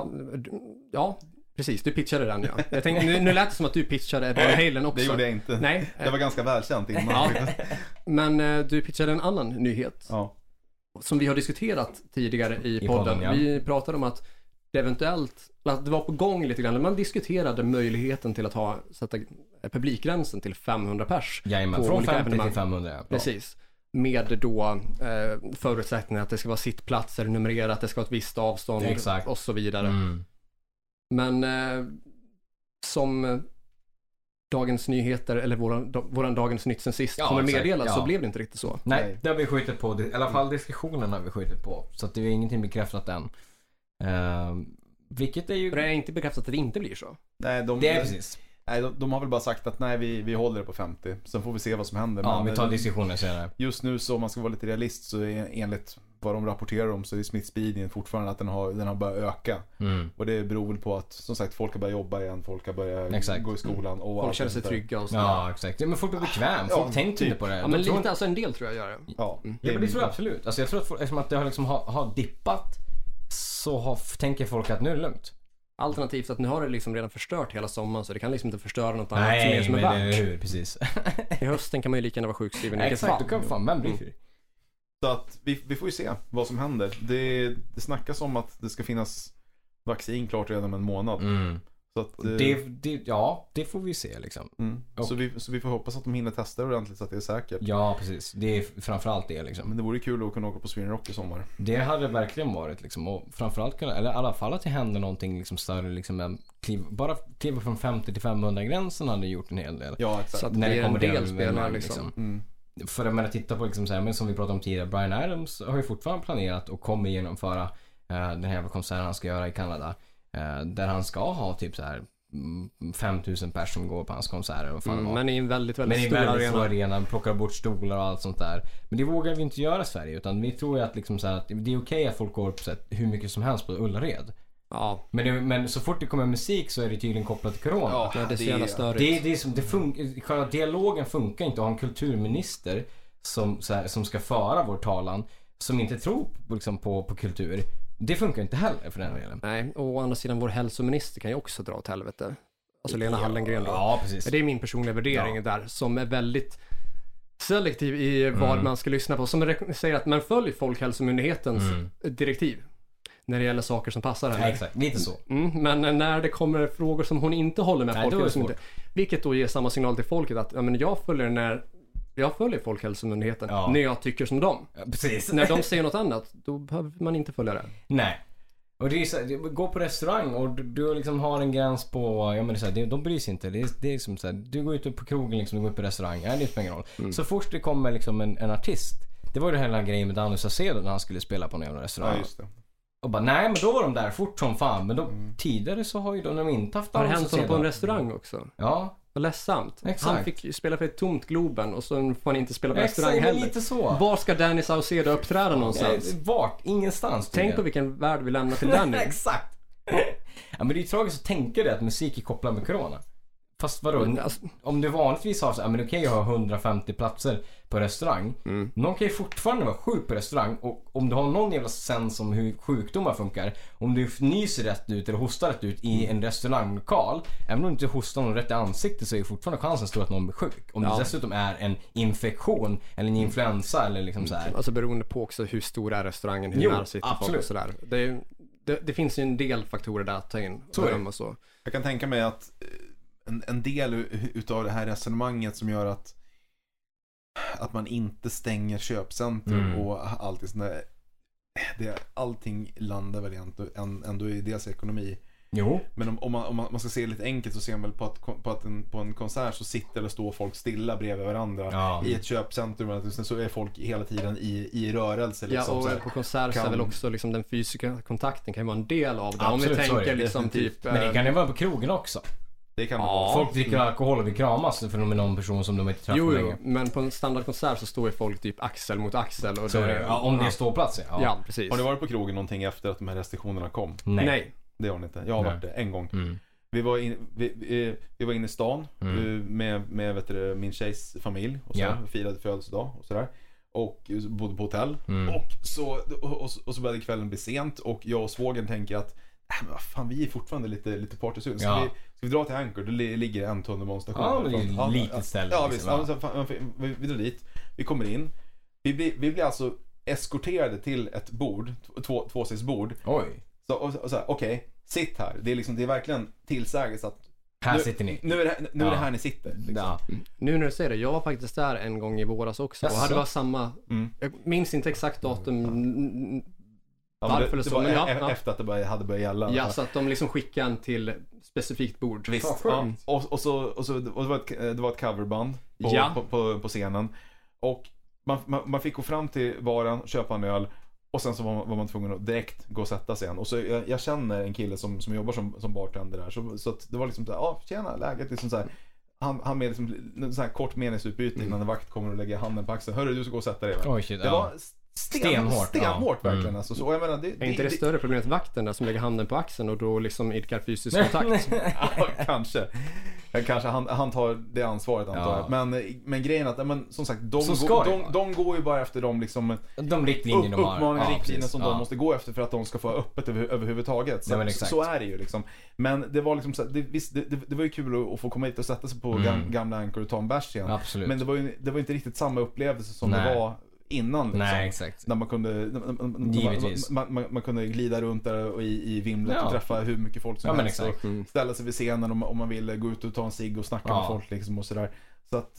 ja, precis, du pitchade den, ja. Jag tänkte, nu lät det som att du pitchade Van Halen också. Det gjorde jag inte. Nej. Det var ganska välkänt innan. Men du pitchade en annan nyhet. Ja. Som vi har diskuterat tidigare i podden. Ja. Vi pratade om att det eventuellt, att det var på gång lite grann. Man diskuterade möjligheten till att sätta publikgränsen till 500 pers. Jajamän, från 50 till 500. Ja. Precis. Med då förutsättningar att det ska vara sittplatser numrerat, att det ska vara ett visst avstånd och så vidare. Men som Dagens Nyheter eller våran Dagens Nytt sen sist kommer meddela, så blev det inte riktigt så. Nej, det har vi skjutit på. I alla fall diskussionen har vi skjutit på. Så att det är ingenting bekräftat än. Vilket är ju... För det är inte bekräftat att det inte blir så. Nej, det är precis. Nej, de har väl bara sagt att nej, vi håller det på 50. Sen får vi se vad som händer. Ja, men vi tar diskussionen senare. Just nu, så om man ska vara lite realist, så är enligt vad de rapporterar om, så är smittspridningen fortfarande att den har börjat öka. Och det beror väl på att, som sagt, folk har börjat jobba igen, folk har börjat gå i skolan. Och folk känner sig trygga och så. Ja, exakt. Men folk blir bekväm, folk tänker inte på det. Ja, men lite, alltså en del tror jag gör det. Ja, men det tror jag absolut. Alltså jag tror att eftersom att det har liksom har dippat, så tänker folk att nu är det lugnt. Alternativt att nu har det liksom redan förstört hela sommaren, så det kan liksom inte förstöra något annat som är värt. Nej, precis. I hösten kan man ju lika gärna vara sjukskriven. Exakt, du kan fan, vem blir det? Så att vi får ju se vad som händer. Det snackas om att det ska finnas vaccin klart redan om en månad. Så att, det får vi se liksom. Så vi får hoppas att de hinner testa ordentligt så att det är säkert. Ja, precis. Det är framförallt det liksom. Men det vore kul att kunna åka på Sweden Rock i sommar. Det hade verkligen varit liksom. Och framförallt kunna, eller i alla fall att det händer någonting liksom större liksom, bara kliva från 50 till 500 gränsen hade gjort en hel del. Ja, exakt. Så att när det kommer del spelare liksom. För att titta på liksom så här, men som vi pratade om tidigare, Bryan Adams har ju fortfarande planerat och kommer genomföra den här konserten han ska göra i Kanada, där han ska ha typ så här 5000 personer som går på hans konserter. Men i en väldigt stor arena, plockar bort stolar och allt sånt där. Men det vågar vi inte göra i Sverige, utan vi tror ju att, liksom så här, att det är okej att folk går på hur mycket som helst på Ullared. Ja. Men så fort det kommer musik så är det tydligen kopplat till corona. Ja, det är så jävla störigt. Själva dialogen funkar inte att ha en kulturminister som ska föra vår talan, som inte tror liksom på kultur. Det funkar inte heller för den delen. Nej, och å andra sidan vår hälsominister kan ju också dra åt helvete. Alltså Lena Hallengren då. Ja, precis. Det är min personliga värdering där, som är väldigt selektiv i vad man ska lyssna på. Som säger att man följer Folkhälsomyndighetens direktiv när det gäller saker som passar henne. Ja, exakt, lite så. Men när det kommer frågor som hon inte håller med Folkhälsomyndigheten, vilket då ger samma signal till folket att jag följer Folkhälsomyndigheten när jag tycker som dem. Ja, precis. När de säger något annat, då behöver man inte följa det. Nej. Och det är så, gå på restaurang och du liksom har en gräns på, ja men det är så här, de bryr sig inte. Det är som så här, du går ut på krogen liksom, du går ut på restaurang, det spelar ingen roll. Så först det kommer liksom en artist. Det var ju det hela grejen med Danny Saucedo när han skulle spela på en jävla restaurang. Ja, just det. Och bara, nej men då var de där fort som fan. Men då, tidigare så har ju de inte haft. Har det hänt honom på en restaurang också? Ja. Vad ledsamt. Exakt. Han fick spela för ett tomt Globen och så får han inte spela på restaurang heller. Lite så. Var ska Danny Saucedo uppträda någonstans? Vart? Ingenstans. Tänk på vilken värld vi lämnar till Danny. Exakt. Ja, men det är ju tragiskt att tänka det att musik är kopplad med corona. Fast vadå? Om du vanligtvis har så här, men okej, jag har 150 platser på restaurang. Någon kan ju fortfarande vara sjuk på restaurang. Och om du har någon jävla sens om hur sjukdomar funkar, om du nyser rätt ut eller hostar rätt ut i en restauranglokal, även om du inte hostar någon rätt i ansiktet, så är fortfarande chansen stor att någon blir sjuk. Om det dessutom är en infektion eller en influensa eller liksom så här. Alltså beroende på också hur stor är restaurangen, hur nära sitter folk och sådär. Det finns ju en del faktorer där att ta in. Och så. Jag kan tänka mig att en del utav det här resonemanget som gör att man inte stänger köpcentrum och allt sånt där, allting landar väl ändå i deras ekonomi. Jo. Men om man ska se lite enkelt, så ser man väl på en konsert så sitter eller står folk stilla bredvid varandra i ett köpcentrum, så är folk hela tiden i rörelse liksom. Ja, och på konsert är väl också liksom den fysiska kontakten kan ju vara en del av det. Absolut, om vi tänker liksom typ. Men det kan ju vara på krogen också. Det kan folk dricker alkohol och vi kramas för de är någon person som de inte träffar länge. Men på en standardkonsert så står ju folk typ axel mot axel och om det är ståplats. Ja, precis. Har ni varit på krogen någonting efter att de här restriktionerna kom? Nej. Det har ni inte. Jag har varit det en gång. Vi var inne i stan med min tjejs familj och så firade födelsedag och sådär. Och bodde på hotell. Och så började kvällen bli sent och jag och svågen tänker att men vad fan, vi är fortfarande lite partysug. Ska vi dra till Anchor? Det ligger en tunnelbanestation. Ja, det är litet ställe. Ja, visst. Vi drar dit. Vi kommer in. Vi blir alltså eskorterade till ett bord, tvåsidsbord. Oj. Så okej, sitt här. Det är verkligen tillsägelse att här sitter ni. Nu är det här ni sitter. Liksom. Ja. Nu när du säger det, jag var faktiskt där en gång i våras också. Och hade var samma, jag minns inte exakt datum varför det var efter att det hade börjat gälla. Ja, så att de liksom skickade en till specifikt bord. Visst. Ja. Och det var ett coverband på scenen. Och man fick gå fram till varan, köpa en öl. Och sen så var man tvungen att direkt gå och sätta sig igen. Och så jag känner en kille som jobbar som bartender där. Så att det var liksom såhär, tjena, läget liksom såhär. Han med liksom en sån här kort meningsutbyte innan en vakt kommer och lägger handen på axeln. Hörru, du ska gå och sätta dig. Det var stenhårt verkligen. Alltså, så jag menar, är inte det större problemet vakten där som lägger handen på axeln och då liksom idkar fysisk kontakt? Ja, kanske han tar det ansvaret antar jag. Men grejen att som sagt de går ju bara efter de liksom de riktlinjer de har. Uppmaningar, riktlinjer som de måste gå efter för att de ska få öppet överhuvudtaget. Så är det ju liksom. Men det var liksom så det var ju kul att få komma hit och sätta sig på gamla Anchor och ta en bärs igen. Absolut. Men det var inte riktigt samma upplevelse som det var innan liksom. Nej, exakt. När man kunde glida runt där i vimlet och träffa hur mycket folk som helst och ställa sig vid scenen om man ville gå ut och ta en cigg och snacka med folk liksom och sådär. Så att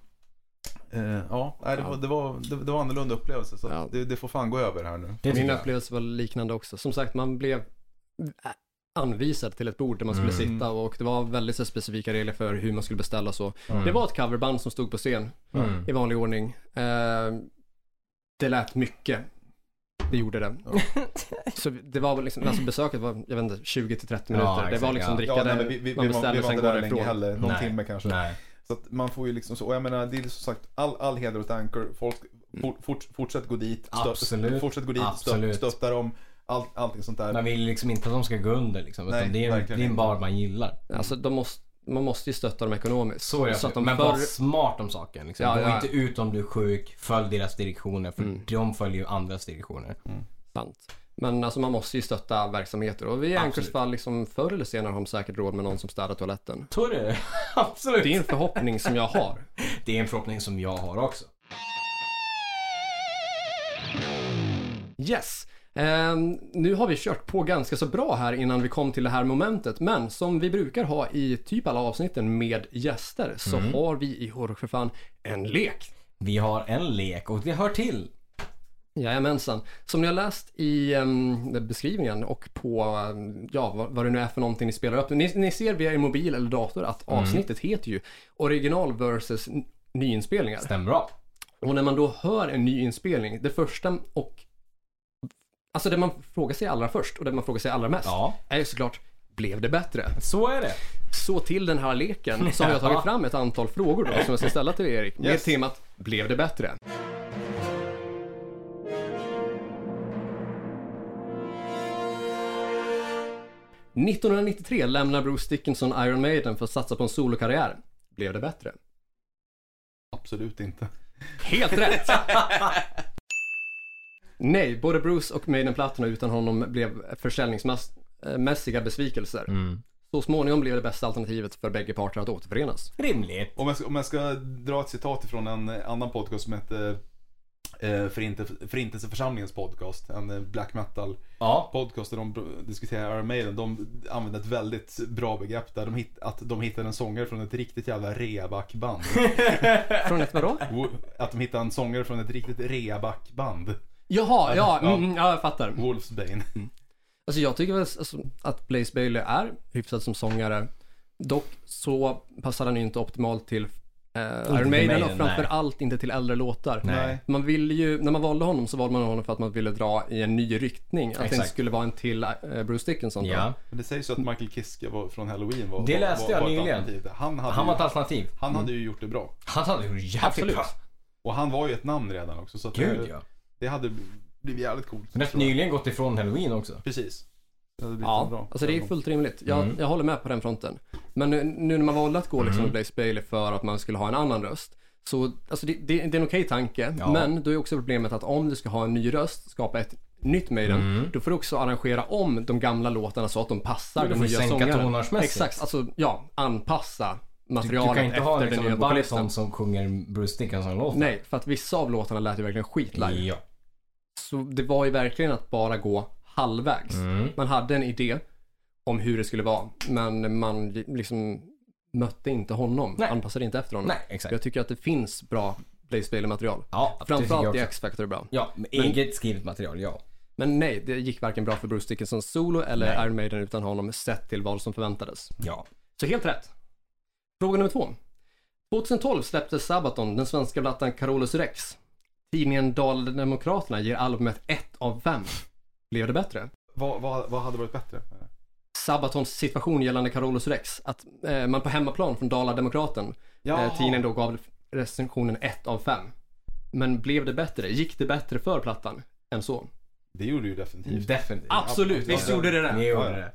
det var annorlunda upplevelse så det får fan gå över här nu. Min upplevelse var liknande också. Som sagt, man blev anvisad till ett bord där man skulle sitta och det var väldigt så specifika regler för hur man skulle beställa så. Det var ett coverband som stod på scen i vanlig ordning. Det lät mycket. Det gjorde det. Så det var liksom, alltså besöket var, jag vet inte, 20-30 minuter. Det var liksom drickade, man beställde sen går därifrån. Heller, någon timme kanske. Nej. Så att man får ju liksom så, och jag menar, det är som sagt, all heder åt Anchor. Folk, fortsätt gå dit. Fortsätt gå dit, stötta dem. Allting sånt där. Man vill liksom inte att de ska gå under liksom, utan det är en bar man gillar. Alltså man måste ju stötta dem ekonomiskt. Så är det. Men var smart om saken liksom. Gå inte ut om du är sjuk. Följ deras direktioner. För de följer ju andras direktioner. Sant. Men alltså man måste ju stötta verksamheter. Och i Anchors fall liksom, förr eller senare har de säkert råd med någon som städar toaletten. Tror du? Absolut. Det är en förhoppning som jag har. Det är en förhoppning som jag har också. Yes. Nu har vi kört på ganska så bra här innan vi kom till det här momentet. Men som vi brukar ha i typ alla avsnitten med gäster så har vi i Horror för fan en lek. Vi har en lek och det hör till. Jajamensan. Som ni har läst i beskrivningen och på vad det nu är för någonting ni spelar upp. Ni ser via er mobil eller dator att avsnittet heter ju original versus nyinspelningar. Stämmer bra. Och när man då hör en nyinspelning, det första och alltså det man frågar sig allra först och det man frågar sig allra mest är ju såklart, blev det bättre? Så är det. Så till den här leken så har jag tagit fram ett antal frågor då, som jag ska ställa till Erik med temat, blev det bättre? –1993 lämnar Bruce Dickinson Iron Maiden för att satsa på en solokarriär. Blev det bättre? Absolut inte. Helt rätt! Nej, både Bruce och Maiden-plattorna utan honom blev försäljningsmässiga besvikelser. Så småningom blev det bästa alternativet för bägge parter att återförenas. Rimligt. Om jag ska dra ett citat ifrån en annan podcast som heter Förintelseförsamlingens podcast, en black metal podcast där de diskuterar Iron Maiden. De använder ett väldigt bra begrepp där de hittade en sångare från ett riktigt jävla reabackband. Från ett vadå? Att de hittade en sångare från ett riktigt reabackband. Jaha, jag fattar. Wolfsbane. Alltså jag tycker väl att Blaze Bayley är hyfsad som sångare. Dock så passar han ju inte optimalt till Iron Maiden och framförallt inte till äldre låtar. Nej. Man ville ju, när man valde honom så valde man honom för att man ville dra i en ny riktning. Att det inte skulle vara en till Bruce Dickinson. Ja. Men det sägs ju att Michael Kiske från Halloween var. Det läste jag nyligen. Han var ett alternativ. Han hade ju gjort det bra. Han hade gjort det jävligt bra. Och han var ju ett namn redan också. Så att det hade blivit jävligt coolt. Men efter nyligen gått ifrån Halloween också. Precis. Ja, alltså det är fullt rimligt. Jag håller med på den fronten. Men nu när man valde att gå liksom med Blaze Bayley för att man skulle ha en annan röst. Så alltså det är en okej tanke. Men då är också problemet att om du ska ha en ny röst, skapa ett nytt Maiden, då får du också arrangera om de gamla låtarna så att de passar de nya sångarna. Exakt, alltså anpassa materialet efter den nya vokalisten. Du kan inte ha en bariton som sjunger Bruce Dickinson-låtar. Nej, för att vissa av låtarna lät ju verkligen skitlive. Ja. Så det var ju verkligen att bara gå halvvägs. Man hade en idé om hur det skulle vara, men man liksom mötte inte honom. Anpassade inte efter honom. Nej, exakt. Jag tycker att det finns bra Blaze Bayley-material. Ja, framförallt i X-Factor är bra. Ja, med eget skrivet material, Men nej, det gick varken bra för Bruce Dickinson solo eller Iron Maiden utan honom sett till vad som förväntades. Ja. Så helt rätt. Fråga nummer 2. 2012 släppte Sabaton den svenska plattan Carolus Rex. Tidningen Daldemokraterna ger albumet 1 av 5. Blev det bättre? Vad hade varit bättre? Sabatons situation gällande Carolus Rex. Att man på hemmaplan från Dala-Demokraten tidningen då gav recensionen 1 av 5. Men blev det bättre? Gick det bättre för plattan än så? Det gjorde ju definitivt. Absolut, visst gjorde det det. Gjorde det.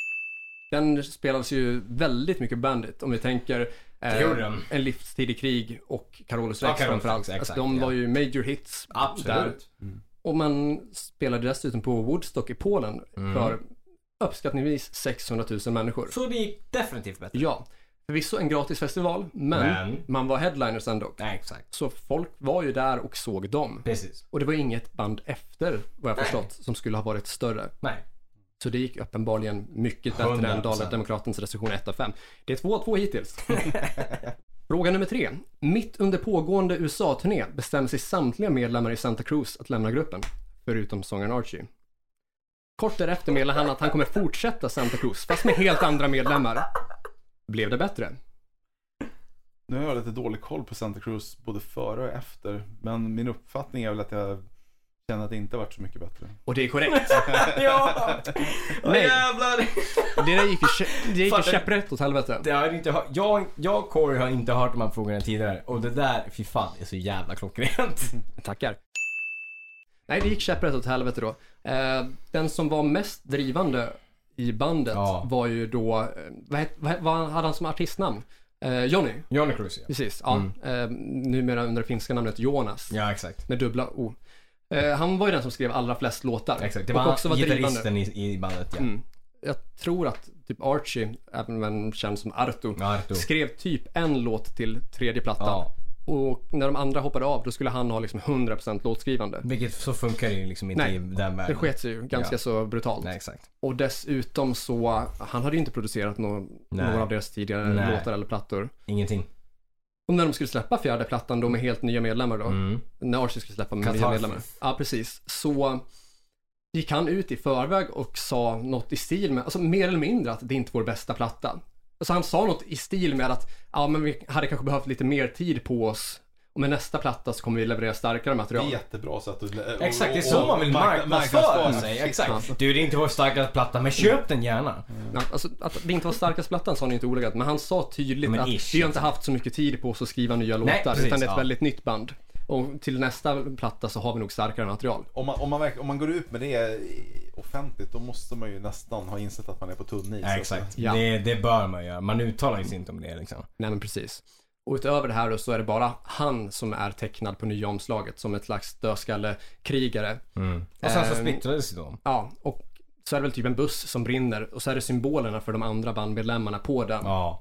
Den spelades ju väldigt mycket Bandit. Om vi tänker En livstid i krig och Carolus Rex framförallt. Alltså, de var ju major hits. Absolut. Där. Och man spelade dessutom på Woodstock i Polen för uppskattningsvis 600 000 människor. Så det gick definitivt bättre. Ja, förvisso en gratis festival, men man var headliners ändå. Nej, exakt. Så folk var ju där och såg dem. Precis. Och det var inget band efter, vad jag förstått, som skulle ha varit större. Nej. Så det gick uppenbarligen mycket bättre 100%. Än Dala-Demokratens recension 1 av 5. Det är 2-2 hittills. Fråga nummer 3. Mitt under pågående USA-turné bestämmer sig samtliga medlemmar i Santa Cruz att lämna gruppen, förutom sångaren Archie. Kort därefter meddelar han att han kommer fortsätta Santa Cruz, fast med helt andra medlemmar. Blev det bättre? Nu har jag lite dålig koll på Santa Cruz både före och efter. Men min uppfattning är väl att jag känner att det inte varit så mycket bättre. Och det är korrekt. Ja! Nej. Jävlar! Det där gick ju käpprätt åt helvete. Det har inte jag och Corey har inte hört de här frågorna tidigare. Och det där, fy fan, är så jävla klockrent. Tackar. Nej, det gick käpprätt åt helvete då. Den som var mest drivande i bandet var ju då, vad hade han som artistnamn? Johnny Cruz, ja. Precis, ja. Numera under det finska namnet Jonas. Ja, exakt. Med dubbla O. Han var ju den som skrev allra flest låtar. Exakt, det var också gitarristen i bandet, ja. Jag tror att typ Archie, även känd som Arto, skrev typ en låt till tredje plattan. Ja. Och när de andra hoppade av, då skulle han ha liksom 100% låtskrivande. Vilket så funkar ju liksom inte i den världen. Det sket sig ju ganska så brutalt. Nej, exakt. Och dessutom så, han hade ju inte producerat några av deras tidigare låtar eller plattor. Ingenting. Och när de skulle släppa fjärde plattan då med helt nya medlemmar då. När Archie skulle släppa med nya medlemmar. Ja, precis. Så gick han ut i förväg och sa något i stil med, alltså mer eller mindre att det inte var vår bästa platta. Så han sa något i stil med att men vi hade kanske behövt lite mer tid på oss. Och med nästa platta så kommer vi leverera starkare material. Det är jättebra så att exakt, det är så man vill marknadsföra sig. Exakt. Du, det är inte vår starkaste platta, men köp den gärna. Ja, alltså, att det inte var starkaste plattan sa han inte ordagrant. Men han sa tydligt att vi har inte haft så mycket tid på oss att skriva nya låtar. Precis, utan det är ett väldigt nytt band. Och till nästa platta så har vi nog starkare material. Om man går ut med det offentligt, då måste man ju nästan ha insett att man är på tunn is. Ja, exakt. Ja. Det bör man göra. Man uttalar ju inte om det liksom. Nej, men precis. Och utöver det här då så är det bara han som är tecknad på nya omslaget som ett slags dödskallekrigare. Och sen så splittrades det då. Ja, och så är det väl typ en buss som brinner och så är det symbolerna för de andra bandmedlemmarna på den. Ja.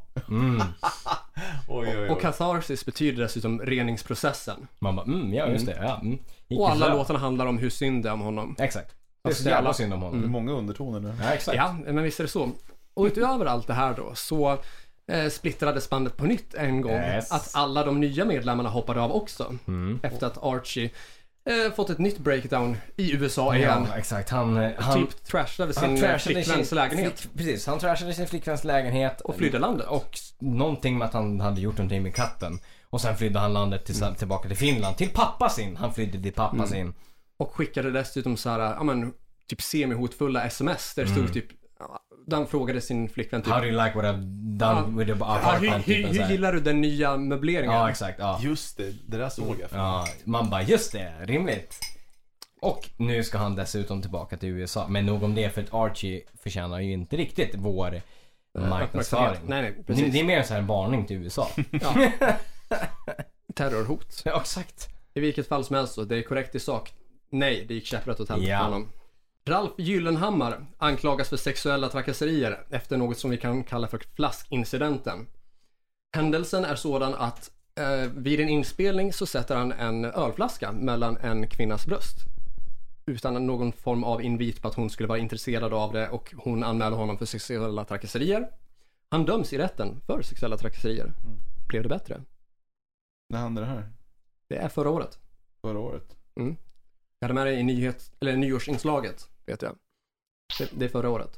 Och catharsis betyder dessutom reningsprocessen. Man bara, ja just det. Ja. Och alla låtarna handlar om hur synd det är om honom. Exakt. Det är så jävla synd om honom. Det är många undertoner nu. Ja, exakt. Ja, men visst är det så. Och utöver allt det här då så splittrades bandet på nytt en gång. Att alla de nya medlemmarna hoppade av också. Efter att Archie fått ett nytt breakdown i USA igen. Ja, exakt. Han typ trashade sin flickväns lägenhet. Precis, han trashade sin flickväns lägenhet. Och flydde landet. Och någonting med att han hade gjort någonting med katten. Och sen flydde han landet tillbaka till Finland. Till pappa sin. Han flydde till pappa sin. Och skickade dessutom så här, typ semi-hotfulla sms. Där det stod typ, han frågade sin flickvän typ, how do you like what I've done with the apartment? Hur gillar du den nya möbleringen? Ja, exakt. Ja. Just det där såg jag. Ja, man bara, just det, rimligt. Och nu ska han dessutom tillbaka till USA. Men nog om det, för att Archie förtjänar ju inte riktigt vår marknadsföring. Nej, precis. Det är mer så här en varning till USA. Ja. Terrorhot. Ja, exakt. I vilket fall som helst så, det är korrekt i sak. Nej, det gick käpprätt åt helvete på honom. Ralf Gyllenhammar anklagas för sexuella trakasserier efter något som vi kan kalla för flaskincidenten. Händelsen är sådan att vid en inspelning så sätter han en ölflaska mellan en kvinnas bröst. Utan någon form av invit på att hon skulle vara intresserad av det, och hon anmäler honom för sexuella trakasserier. Han döms i rätten för sexuella trakasserier. Blev det bättre? När hände det här? Det är förra året. Förra året? Jag hade med det i nyårsinslaget, vet jag. Det är förra året.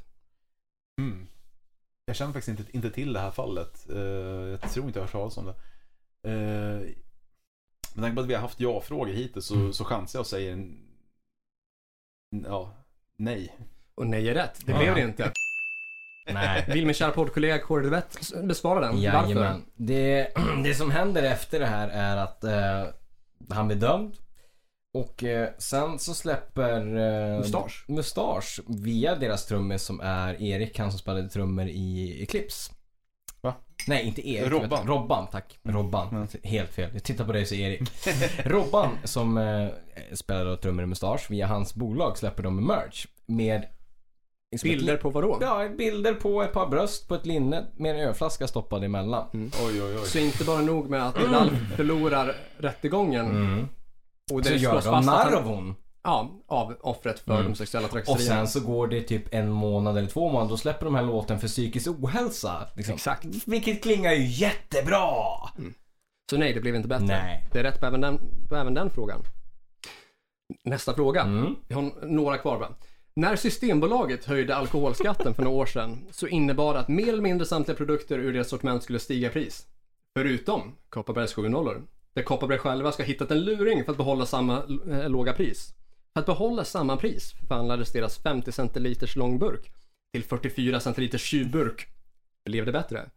Jag känner faktiskt inte till det här fallet. Jag tror inte jag har hört talas om det. Men tänk på att vi har haft ja-frågor hittills så chansar jag och säger nej. Och nej är rätt. Det blev det inte. Nej. Vill min kära poddkollega Kåre Duvett besvara den? Jajamän. Varför? Det som händer efter det här är att han blir dömd. Och sen så släpper Mustasch via deras trummis som är Erik, han som spelade trummor i Eclipse. Va? Nej, inte Erik. Robban, tack. Robban. Helt fel. Jag tittar på dig så Erik. Robban som spelade trummor i Mustasch, via hans bolag släpper de merch med bilder på vadå? Ja, bilder på ett par bröst på ett linne med en ölflaska stoppad emellan. Oj. Så inte bara nog med att Ralf förlorar rättegången. Och det så gör de narr av hon. Ja, av offret för de sexuella trakasserierna. Och sen så går det typ 1 månad eller 2 månader. Då släpper de här låten för psykisk ohälsa. Liksom. Exakt. Vilket klingar ju jättebra. Så nej, det blev inte bättre. Nej. Det är rätt på även den frågan. Nästa fråga. Vi har några kvar va? När Systembolaget höjde alkoholskatten för några år sedan så innebar det att mer eller mindre samtliga produkter ur deras sortiment skulle stiga i pris. Förutom Kopparbergs 7-0. Där Kopparberg själva ska ha hittat en luring för att behålla samma låga pris. För att behålla samma pris förvandlades deras 50 centiliters långburk till 44 centiliters tjuvburk. Blev det bättre?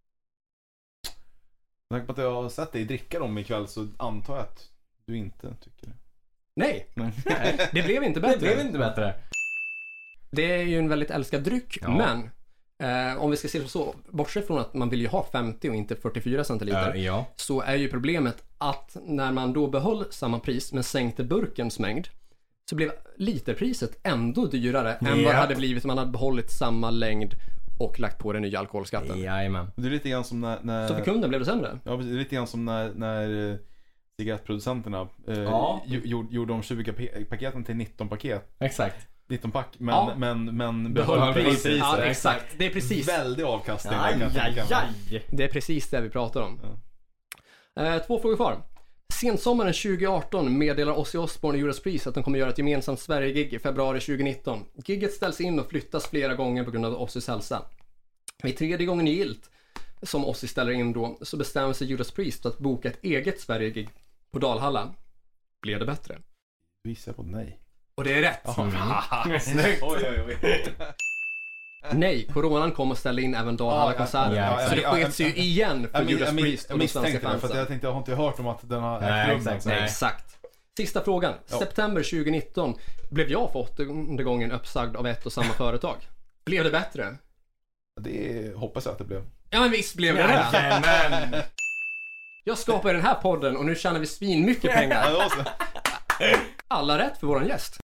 Med att jag har sett dig dricka dem ikväll så antar jag att du inte tycker det. Nej, det blev inte bättre. Det blev inte bättre. Det är ju en väldigt älskad dryck, men om vi ska se så, bortsett från att man vill ju ha 50 och inte 44 centiliter, så är ju problemet att när man då behöll samma pris men sänkte burkens mängd så blev literpriset ändå dyrare än vad det hade blivit om man hade behållit samma längd och lagt på den nya alkoholskatten. Jajamän. Det är lite grann som när... Så för kunden blev det sämre? Ja, det är lite grann som när cigarettproducenterna gjorde om 20 paketen till 19 paket. Exakt. 19 pack, men behöll priset. Ja, exakt. Det är precis. Väldig avkastning. Det är precis det vi pratar om. 2 frågor kvar. Sensommaren 2018 meddelar Ozzy Osbourne och Judas Priest att de kommer göra ett gemensamt Sverige-gig i februari 2019. Gigget ställs in och flyttas flera gånger på grund av Ozzys hälsa. Vid 3:e gången gillt som Ozzy ställer in då så bestämmer sig Judas Priest för att boka ett eget Sverige-gig på Dalhalla. Blev det bättre? Du gissar på nej. Och det är rätt. Snyggt. Oj. Nej, coronan kom och ställde in även Dalhalla-konserten. Så det skets ju igen för Judas Priest och de svenska fansen. För jag har inte hört om att den har Exakt. Sista frågan. September 2019 blev jag för 8:e gången uppsagd av ett och samma företag. Blev det bättre? Det hoppas jag att det blev. Ja, men visst blev det det. Jag skapar den här podden och nu tjänar vi svin mycket pengar. Alla rätt för våran gäst.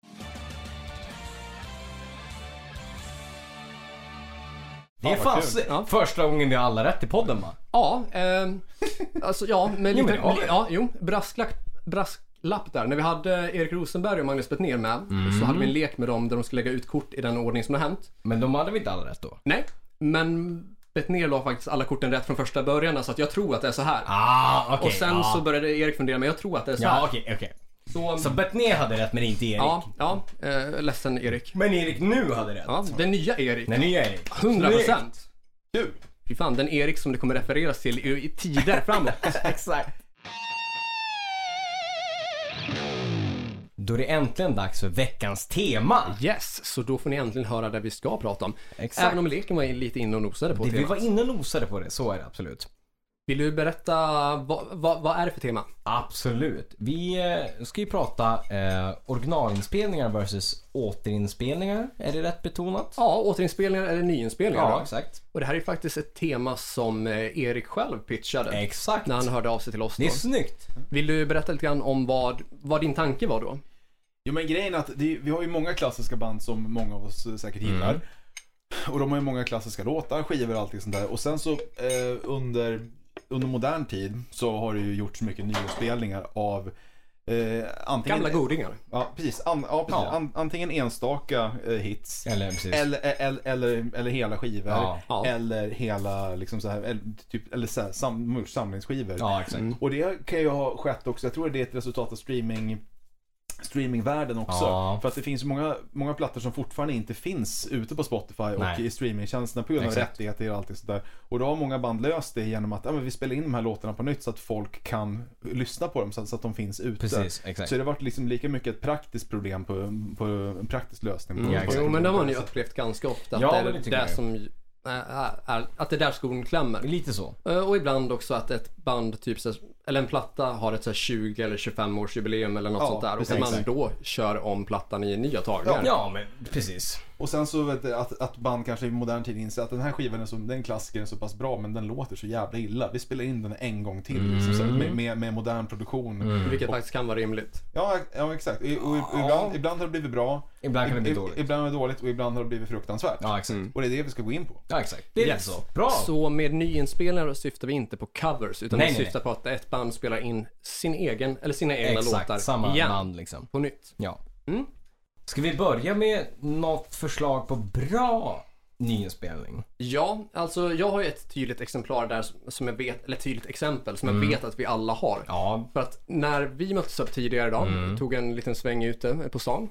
Det är fast första gången vi har alla rätt i podden va? Ja, alltså med lite brasklapp där. När vi hade Erik Rosenberg och Magnus Bettner med så hade vi en lek med dem där de skulle lägga ut kort i den ordning som det har hänt. Men de hade vi inte alla rätt då? Nej, men Bettner la faktiskt alla korten rätt från första början så att jag tror att det är så här. Okay, och sen så började Erik fundera, men jag tror att det är så här. Okej. Så Bettner hade rätt men inte Erik? Ja, ledsen Erik. Men Erik nu hade rätt? Ja, den nya Erik. 100%. Kul. Fy fan, den Erik som det kommer refereras till i tider framåt. Exakt. Då är det äntligen dags för veckans tema. Yes, så då får ni äntligen höra det vi ska prata om. Exakt. Även om leken var lite inne och nosade på temat. Vi var inne och nosade på det, så är det absolut. Vill du berätta, vad är det för tema? Absolut. Vi ska ju prata originalinspelningar versus återinspelningar. Är det rätt betonat? Ja, återinspelningar eller nyinspelningar. Ja, exakt. Och det här är faktiskt ett tema som Erik själv pitchade. Exakt. När han hörde av sig till oss då. Det är snyggt. Vill du berätta lite grann om vad din tanke var då? Jo, men grejen är att vi har ju många klassiska band som många av oss säkert gillar. Och de har ju många klassiska låtar, skivor och allt sånt där. Och sen så under modern tid så har det ju gjorts mycket nyinspelningar av antingen gamla godingar. Ja, precis. Antingen enstaka hits eller hela skivor eller hela liksom så här eller samlingsskivor. Ja, exakt. Och det kan ju ha skett också. Jag tror det är ett resultat av streamingvärlden också. För att det finns många plattor som fortfarande inte finns ute på Spotify och i streamingtjänsterna på grund av rättigheter och allt det sådär. Och då har många band löst det genom att vi spelar in de här låtarna på nytt så att folk kan lyssna på dem så att de finns ute. Precis, exakt. Så det har varit liksom lika mycket ett praktiskt problem på en praktisk lösning. Jo, men det har man ju upplevt ganska ofta. Att det är det som att det är där skon klämmer. Lite så. Och ibland också att ett band typ eller en platta har ett så 20 eller 25 års jubileum eller något sånt där. Och man då kör om plattan i nya tagningar. Ja, men precis. Och sen så vet du, att band kanske i modern tid inser att den här skivan den klassiken är så pass bra, men den låter så jävla illa. Vi spelar in den en gång till liksom, så med modern produktion. Vilket faktiskt kan vara rimligt. Ja exakt. Ibland har det blivit bra. Ibland kan det bli dåligt. Ibland är det dåligt och ibland har det blivit fruktansvärt. Ja, exakt. Och det är det vi ska gå in på. Ja, exakt. Det är så. Bra. Så med nyinspelningar syftar vi inte på covers, utan vi syftar på att ett band spelar in sina egna låtar samma igen, band liksom. På nytt. Ja. Ska vi börja med något förslag på bra nyinspelning? Ja, alltså jag har ju ett tydligt exemplar där som jag vet, eller tydligt exempel som jag vet att vi alla har. Ja. För att när vi möttes upp tidigare idag, tog en liten sväng ute på stan,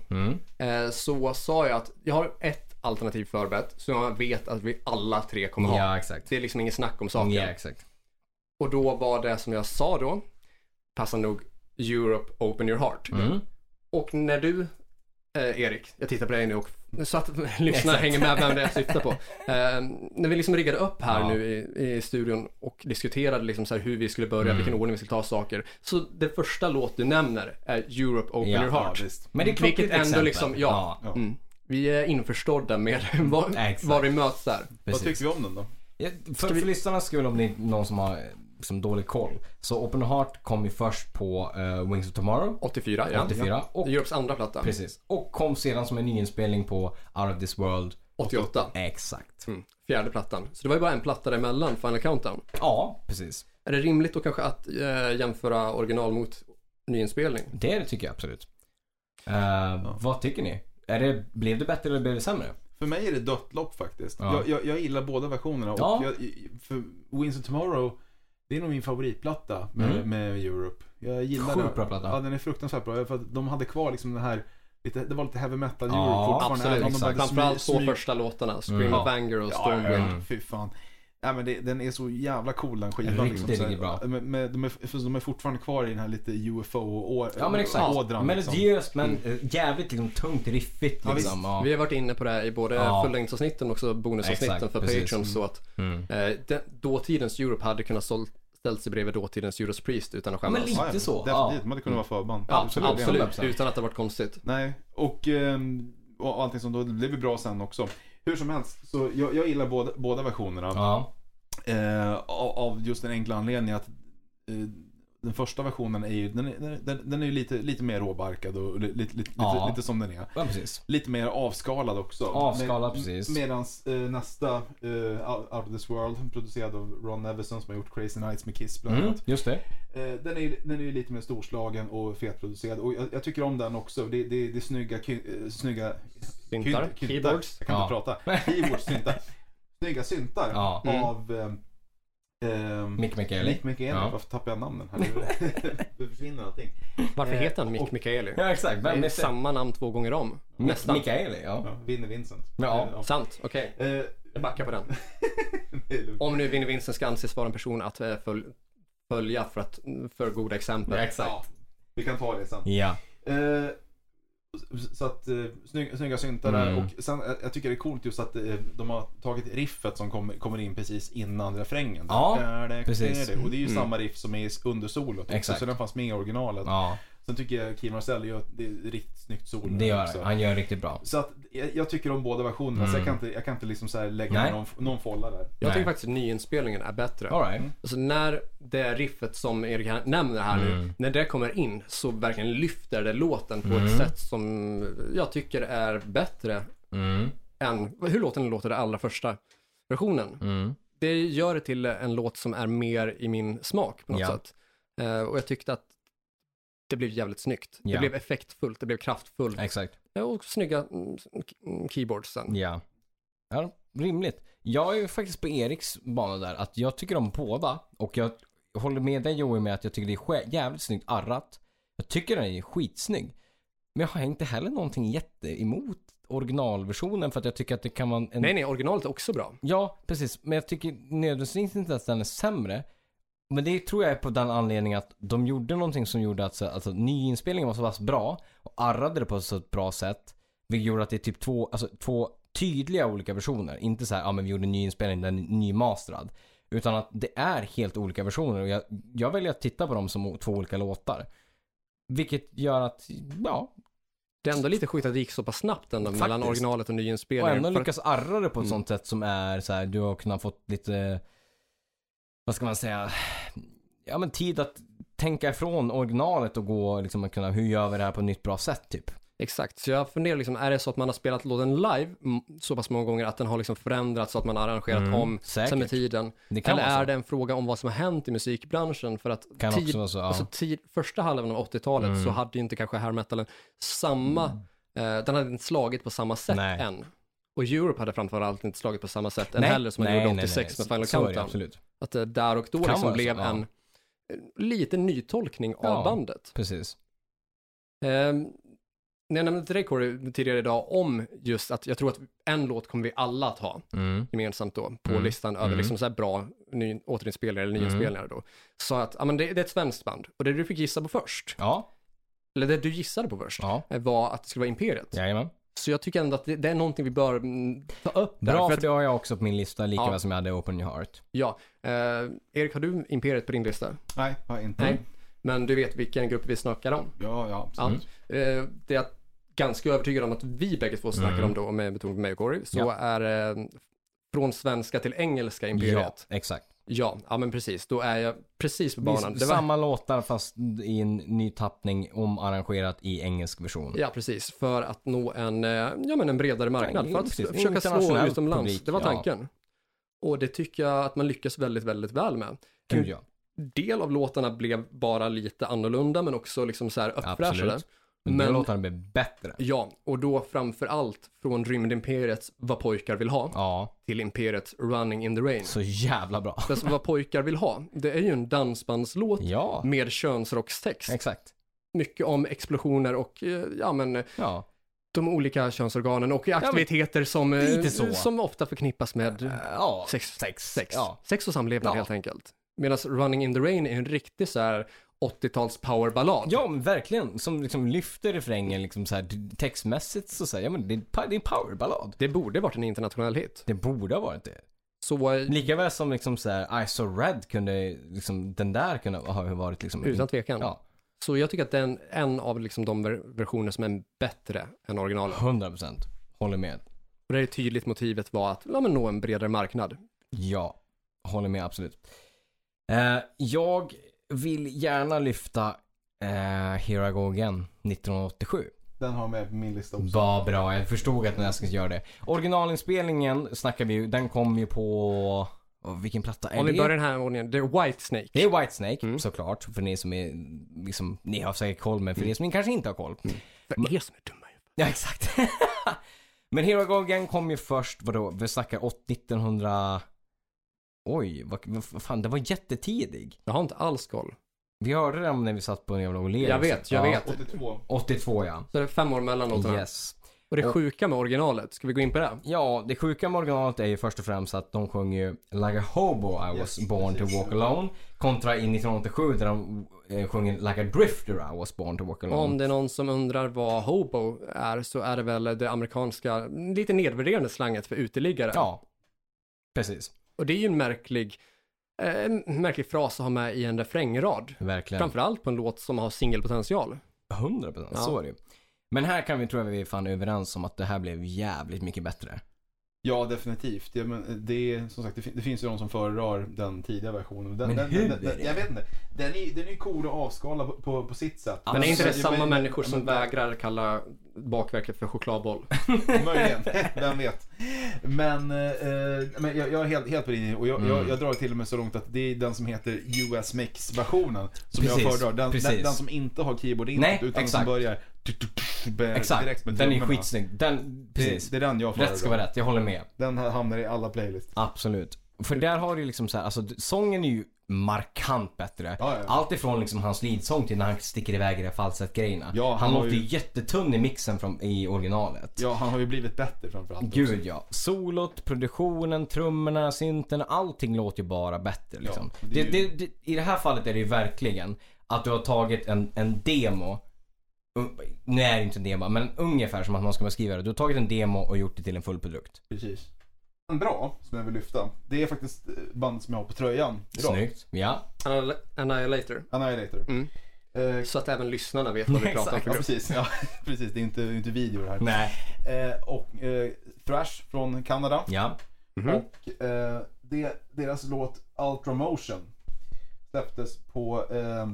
så sa jag att jag har ett alternativ förberett så jag vet att vi alla tre kommer ha. Ja, exakt. Det är liksom ingen snack om saker. Ja, exakt. Och då var det som jag sa då, passande nog, Europe Open Your Heart. Och när du Erik, jag tittar på dig nu och så att lyssnarna hänger med vem det jag syftar på. När vi liksom riggade upp här nu i studion och diskuterade liksom så här hur vi skulle börja, vilken ordning vi skulle ta saker. Så det första låt du nämner är Europe Open Your Heart. Ja, visst. Men det är vilket ändå exempel. Liksom, vi är införstådda med var vi möts där. Vad tycker vi om den då? Ja, för lyssnarna skulle om det är någon som har som dålig koll. Så Open Heart kom ju först på Wings of Tomorrow 84, och Europes andra platta. Precis. Och kom sedan som en nyinspelning på Out of This World 88. Exakt. Fjärde plattan. Så det var ju bara en platta däremellan, Final Countdown. Ja, precis. Är det rimligt då kanske att jämföra original mot nyinspelning? Det tycker jag absolut. Vad tycker ni? Blev det bättre eller blev det sämre? För mig är det dött lopp faktiskt. Jag gillar båda versionerna. Och för Wings of Tomorrow, det är nog min favoritplatta med Europe. Jag gillar den. Bra platta. Ja, den är fruktansvärt bra. För att de hade kvar liksom den här det var lite heavy metal Europe fortfarande. Absolut. Framförallt två första låtarna, Scream of Anger och Stormwind. Fy fan. Ja, men den är så jävla cool den skivan liksom, riktigt bra. De är fortfarande kvar i den här lite UFO ådran. Melodiöst men jävligt liksom tungt riffigt liksom. Vi har varit inne på det här i både fullängdsavsnitten och också bonusavsnitten för Patreons, så att dåtidens Europe hade kunnat ställt sig bredvid dåtidens Judas Priest utan att skämmas. Men lite så. Definitivt, man hade kunnat vara förband. Absolut. Utan att det varit konstigt. Nej, och allting som då blev bra sen också. Hur som helst, så jag gillar båda versionerna. Av just den enkla anledningen att den första versionen är ju den är ju lite mer råbarkad och lite som den är. Ja, precis. Lite mer avskalad också. Precis. Medans nästa Out of This World, producerad av Ron Nevison som har gjort Crazy Nights med Kiss bland annat. Just det. Den är ju lite mer storslagen och fetproducerad och jag tycker om den också. Det är snygga keyboards. Jag kan inte prata. Keyboards, syntar. Snygga syntar av Mick McAuley. Varför tappar jag namnen här? Det försvinner allting. Varför heter han Mick McAuley? Ja, exakt. Det är samma namn 2 gånger om. Nästan. McAuley, Vinnie Vincent. Ja, sant. Okej. Jag backar på den. Om nu Vinnie Vincent ska anses vara en person att följa för goda exempel. Ja, exakt. Ja, vi kan ta det sen. Ja. Så att snygga syntar där. Och sen, jag tycker det är coolt just att de har tagit riffet som kommer in precis innan refrängen. Precis. Och det är ju samma riff som är under solot också, så den fanns med i originalet. Sen tycker jag Keith Marcel gör ett riktigt snyggt solo. Det gör han gör riktigt bra. Så att jag tycker om båda versionerna, så jag kan inte liksom så här lägga någon folla där. Jag tycker faktiskt att nyinspelningen är bättre. Alltså när det riffet som Erik nämner här nu, när det kommer in så verkligen lyfter det låten på ett sätt som jag tycker är bättre än hur låten låter det allra första versionen. Det gör det till en låt som är mer i min smak på något sätt. Och jag tyckte att det blev jävligt snyggt. Det blev effektfullt, det blev kraftfullt. Exakt. Och snygga keyboards sen. Ja, rimligt. Jag är ju faktiskt på Eriks bana där, att jag tycker om båda. Och jag håller med dig Joey med att jag tycker det är jävligt snyggt arrat. Jag tycker den är skitsnygg. Men jag har inte heller någonting emot originalversionen för att jag tycker att det kan vara en... Nej, originalet är också bra. Ja, precis. Men jag tycker nödvändigtvis inte att den är sämre. Men det tror jag är på den anledningen att de gjorde någonting som gjorde att alltså, nyinspelningen var så pass bra och arrade det på ett så bra sätt. Vilket gjorde att det är typ två tydliga olika versioner. Inte så här, men vi gjorde en nyinspelning, den är nymasterad. Utan att det är helt olika versioner. Och jag väljer att titta på dem som 2 olika låtar. Vilket gör att, ja... Det är ändå lite sjukt att det gick så pass snabbt ändå mellan originalet och nyinspelningen. Och ändå lyckas arra det på ett sånt sätt som är så här, du har kunnat fått lite, vad ska man säga, ja men tid att tänka ifrån originalet och gå liksom att kunna, hur gör vi det här på ett nytt bra sätt typ. Exakt, så jag funderar liksom, är det så att man har spelat låten live så pass många gånger att den har liksom förändrats så att man har arrangerat om sen med tiden? Eller är det en fråga om vad som har hänt i musikbranschen? För att första halvan av 80-talet så hade ju inte kanske hair metalen samma, den hade inte slagit på samma sätt än. Och Europe hade framförallt inte slagit på samma sätt än heller som man gjorde 86 med Final Countdown. Att det där och då liksom blev en liten nytolkning av bandet. Precis. När jag nämnde till dig, Corey, tidigare idag om just att jag tror att en låt kommer vi alla att ha gemensamt då på listan över liksom så här bra återinspelningar eller nyinspelningar då. Så att det är ett svenskt band och det du fick gissa på först. Ja. Eller det du gissade på först var att det skulle vara Imperiet. Jajamän. Så jag tycker ändå att det är någonting vi bör ta upp där. Bra, för det har jag också på min lista, lika väl som jag hade Open Your Heart. Ja. Erik, har du Imperiet på din lista? Nej, har inte. Nej. Men du vet vilken grupp vi snackar om? Ja, absolut. Det är ganska övertygad om att vi bägge två snackar om då, med betoning på mig och Corey, så är från svenska till engelska Imperiet. Ja, exakt. Ja, men precis. Då är jag precis på banan. Det var samma låtar fast i en ny tappning omarrangerat i engelsk version. Ja, precis. För att nå en bredare marknad. För att försöka slå utomlands. Publik, det var tanken. Och det tycker jag att man lyckas väldigt, väldigt väl med. Gud, ja. Del av låtarna blev bara lite annorlunda men också liksom så här uppfräschade. Men låtarna blev bättre. Ja, och då framför allt från Rymdimperiets Vad pojkar vill ha till Imperiets Running in the Rain. Så jävla bra. Det Vad pojkar vill ha, det är ju en dansbandslåt med könsrockstext. Exakt. Mycket om explosioner och de olika könsorganen och aktiviteter som ofta förknippas med sex och samlevnad helt enkelt. Medan Running in the Rain är en riktig så här 80-tals powerballad. Ja, men verkligen. Som liksom lyfter refrängen liksom så här textmässigt så säger men det är en powerballad. Det borde varit en internationell hit. Det borde ha varit det. Så lika väl som liksom så här I So Red kunde liksom den där kunde ha varit liksom utan tvekan. Ja. Så jag tycker att det är en av liksom de versioner som är bättre än originalet. 100%. Håller med. Och det är tydligt motivet var att nå en bredare marknad. Ja, håller med absolut. Jag vill gärna lyfta Here I Go Again 1987. Den har med på min lista också. Vad bra, jag förstod att jag ska göra det. Originalinspelningen snackar vi ju, den kom ju på... vilken platta är det? Om vi börjar den här ordningen, det är White Snake. Det är White Snake, såklart. För ni som är liksom, ni har säkert koll, men för er som kanske inte har koll. För er som är dumma. Ja, exakt. Men Here I Go Again kom ju först, vadå? Vi snackar 1900... Oj, vad fan, det var jättetidig. Jag har inte alls koll. Vi hörde den när vi satt på en jävla O'Leary. Jag vet. 82, ja. Så det är 5 år mellan låtarna. Yes. Och det sjuka med originalet, ska vi gå in på det? Ja, det sjuka med originalet är ju först och främst att de sjunger ju Like a Hobo I was born to walk alone. Kontra i 1987 där de sjunger Like a Drifter I was born to walk alone. Om det är någon som undrar vad hobo är, så är det väl det amerikanska, lite nedvärderande slanget för uteliggare. Ja, precis. Och det är ju en märklig fras att ha med i en refrängrad. Verkligen. Framförallt på en låt som har singelpotential. 100%, så är det ju. Men här kan vi, tror jag, vi är fan överens om att det här blev jävligt mycket bättre. Ja, definitivt. Ja, men det är, som sagt, det finns ju de som föredrar den tidiga versionen. Men hur? Jag vet inte. Den är cool att avskala på sitt sätt. Men är inte det samma människor som vägrar kalla bakverket för chokladboll? Möjligen, vem vet. Men jag är helt på linje. Och jag drar till och med så långt att det är den som heter US Mix-versionen som jag föredrar. Den som inte har keyboard in, utan som börjar exakt, den är skitsnygg. Precis. Det är den jag föredrar. Rätt ska vara rätt, jag håller med. Den här hamnar i alla playlists. Absolut. För där har du liksom så här, alltså sången är ju markant bättre. Ja. Allt ifrån liksom hans leadsång till när han sticker iväg i de falsett-grejerna. Ja, han låter ju jättetunn i mixen i originalet. Ja, han har ju blivit bättre framförallt. Gud också. Ja. Solot, produktionen, trummorna, synten, allting låter ju bara bättre liksom. Ja, i det här fallet är det ju verkligen att du har tagit en demo. Nu är det inte en demo, men ungefär som att man ska beskriva det. Du har tagit en demo och gjort det till en full produkt. Precis. En bra som jag vill lyfta, det är faktiskt bandet som jag har på tröjan idag. Snyggt, ja. Annihilator. Så att även lyssnarna vet vad vi pratar om. Ja, precis. Ja, precis. Det är inte video här. Nej. Och Thrash från Kanada. Ja. Mm-hmm. Och deras låt Ultra Motion släpptes på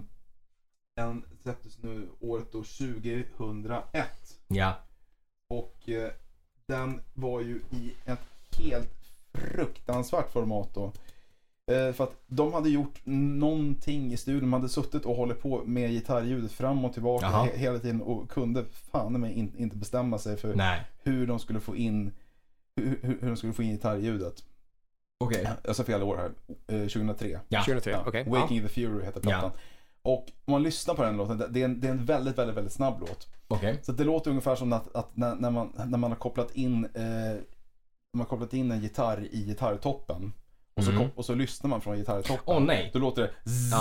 släpptes nu året då 2001. Ja. Och den var ju i ett helt fruktansvärt format då. För att de hade gjort någonting i studion. De hade suttit och hållit på med gitarrljudet fram och tillbaka hela tiden och kunde fan med inte bestämma sig för hur de skulle få in hur de skulle få in gitarrljudet. Okej. Okay. Jag sa fel år här. 2003. Ja. 2003. Ja. Okay. Waking the Fury heter plattan. Ja. Och om man lyssnar på den låten, det är en väldigt, väldigt, väldigt snabb låt. Okay. Så det låter ungefär som att när man har kopplat in en gitarr i gitarrtoppen och så lyssnar man från gitarrtoppen. Nej. Då låter det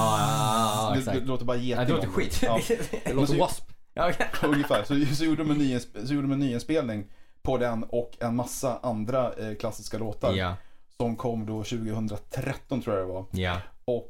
det låter bara det låter skit. Ja. Det låter wasp. Ungefär. Så gjorde de en nyinspelning på den och en massa andra klassiska låtar. Ja. Som kom då 2013 tror jag det var. Ja. Och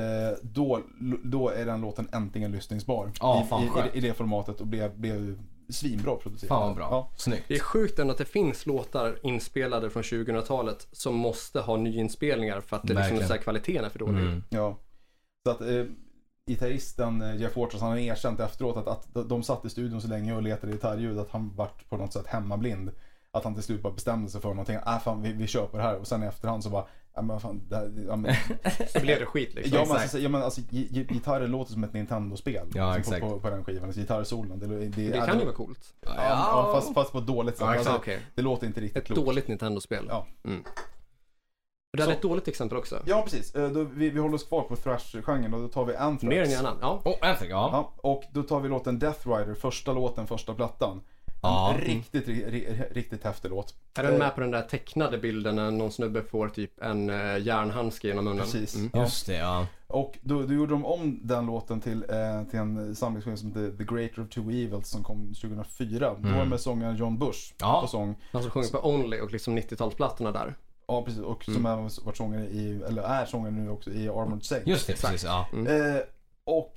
då är den låten äntligen lyssningsbar i det formatet och blev svinbra producerat. Fan vad bra. Ja. Snyggt. Det är sjukt ändå att det finns låtar inspelade från 2000-talet som måste ha nyinspelningar för att det liksom är så här, kvaliteten är för dålig. Ja. Så att gitarristen Jeff Waters, han har erkänt efteråt att de satt i studion så länge och letade gitarrljud att han vart på något sätt hemmablind. Att han till slut bara bestämde sig för någonting. Fan, vi köper det här. Och sen i efterhand så bara men fan, så blev det skit liksom. Ja, men alltså gitarren låter som ett Nintendo-spel. Ja, exakt. På den skivan. Alltså, gitarrsolen. Det kan ju vara coolt. Ja, fast på ett dåligt sätt. Ja, alltså, okay. Det låter inte riktigt klokt. Ett dåligt Nintendo-spel. Ja. Det är ett dåligt exempel också. Ja, precis. Vi håller oss kvar på thrash-genren och då tar vi Anthrax. Mer än gärna. Anthrax, ja. Och då tar vi låten Death Rider, första plattan. Riktigt häftig låt. Är den med på den där tecknade bilden när någon snubbe får typ en järnhandske genom munnen? Precis. Just det, ja. Och då gjorde de om den låten till en samlingsskiva som heter The Greater of Two Evils som kom 2004. Då med sångaren John Bush på sång. Han som sjunger på Only och liksom 90-talsplattorna där. Ja, precis. Och som har varit sångare är sångare nu också i Armored Saint. Just det, precis. Ja. Och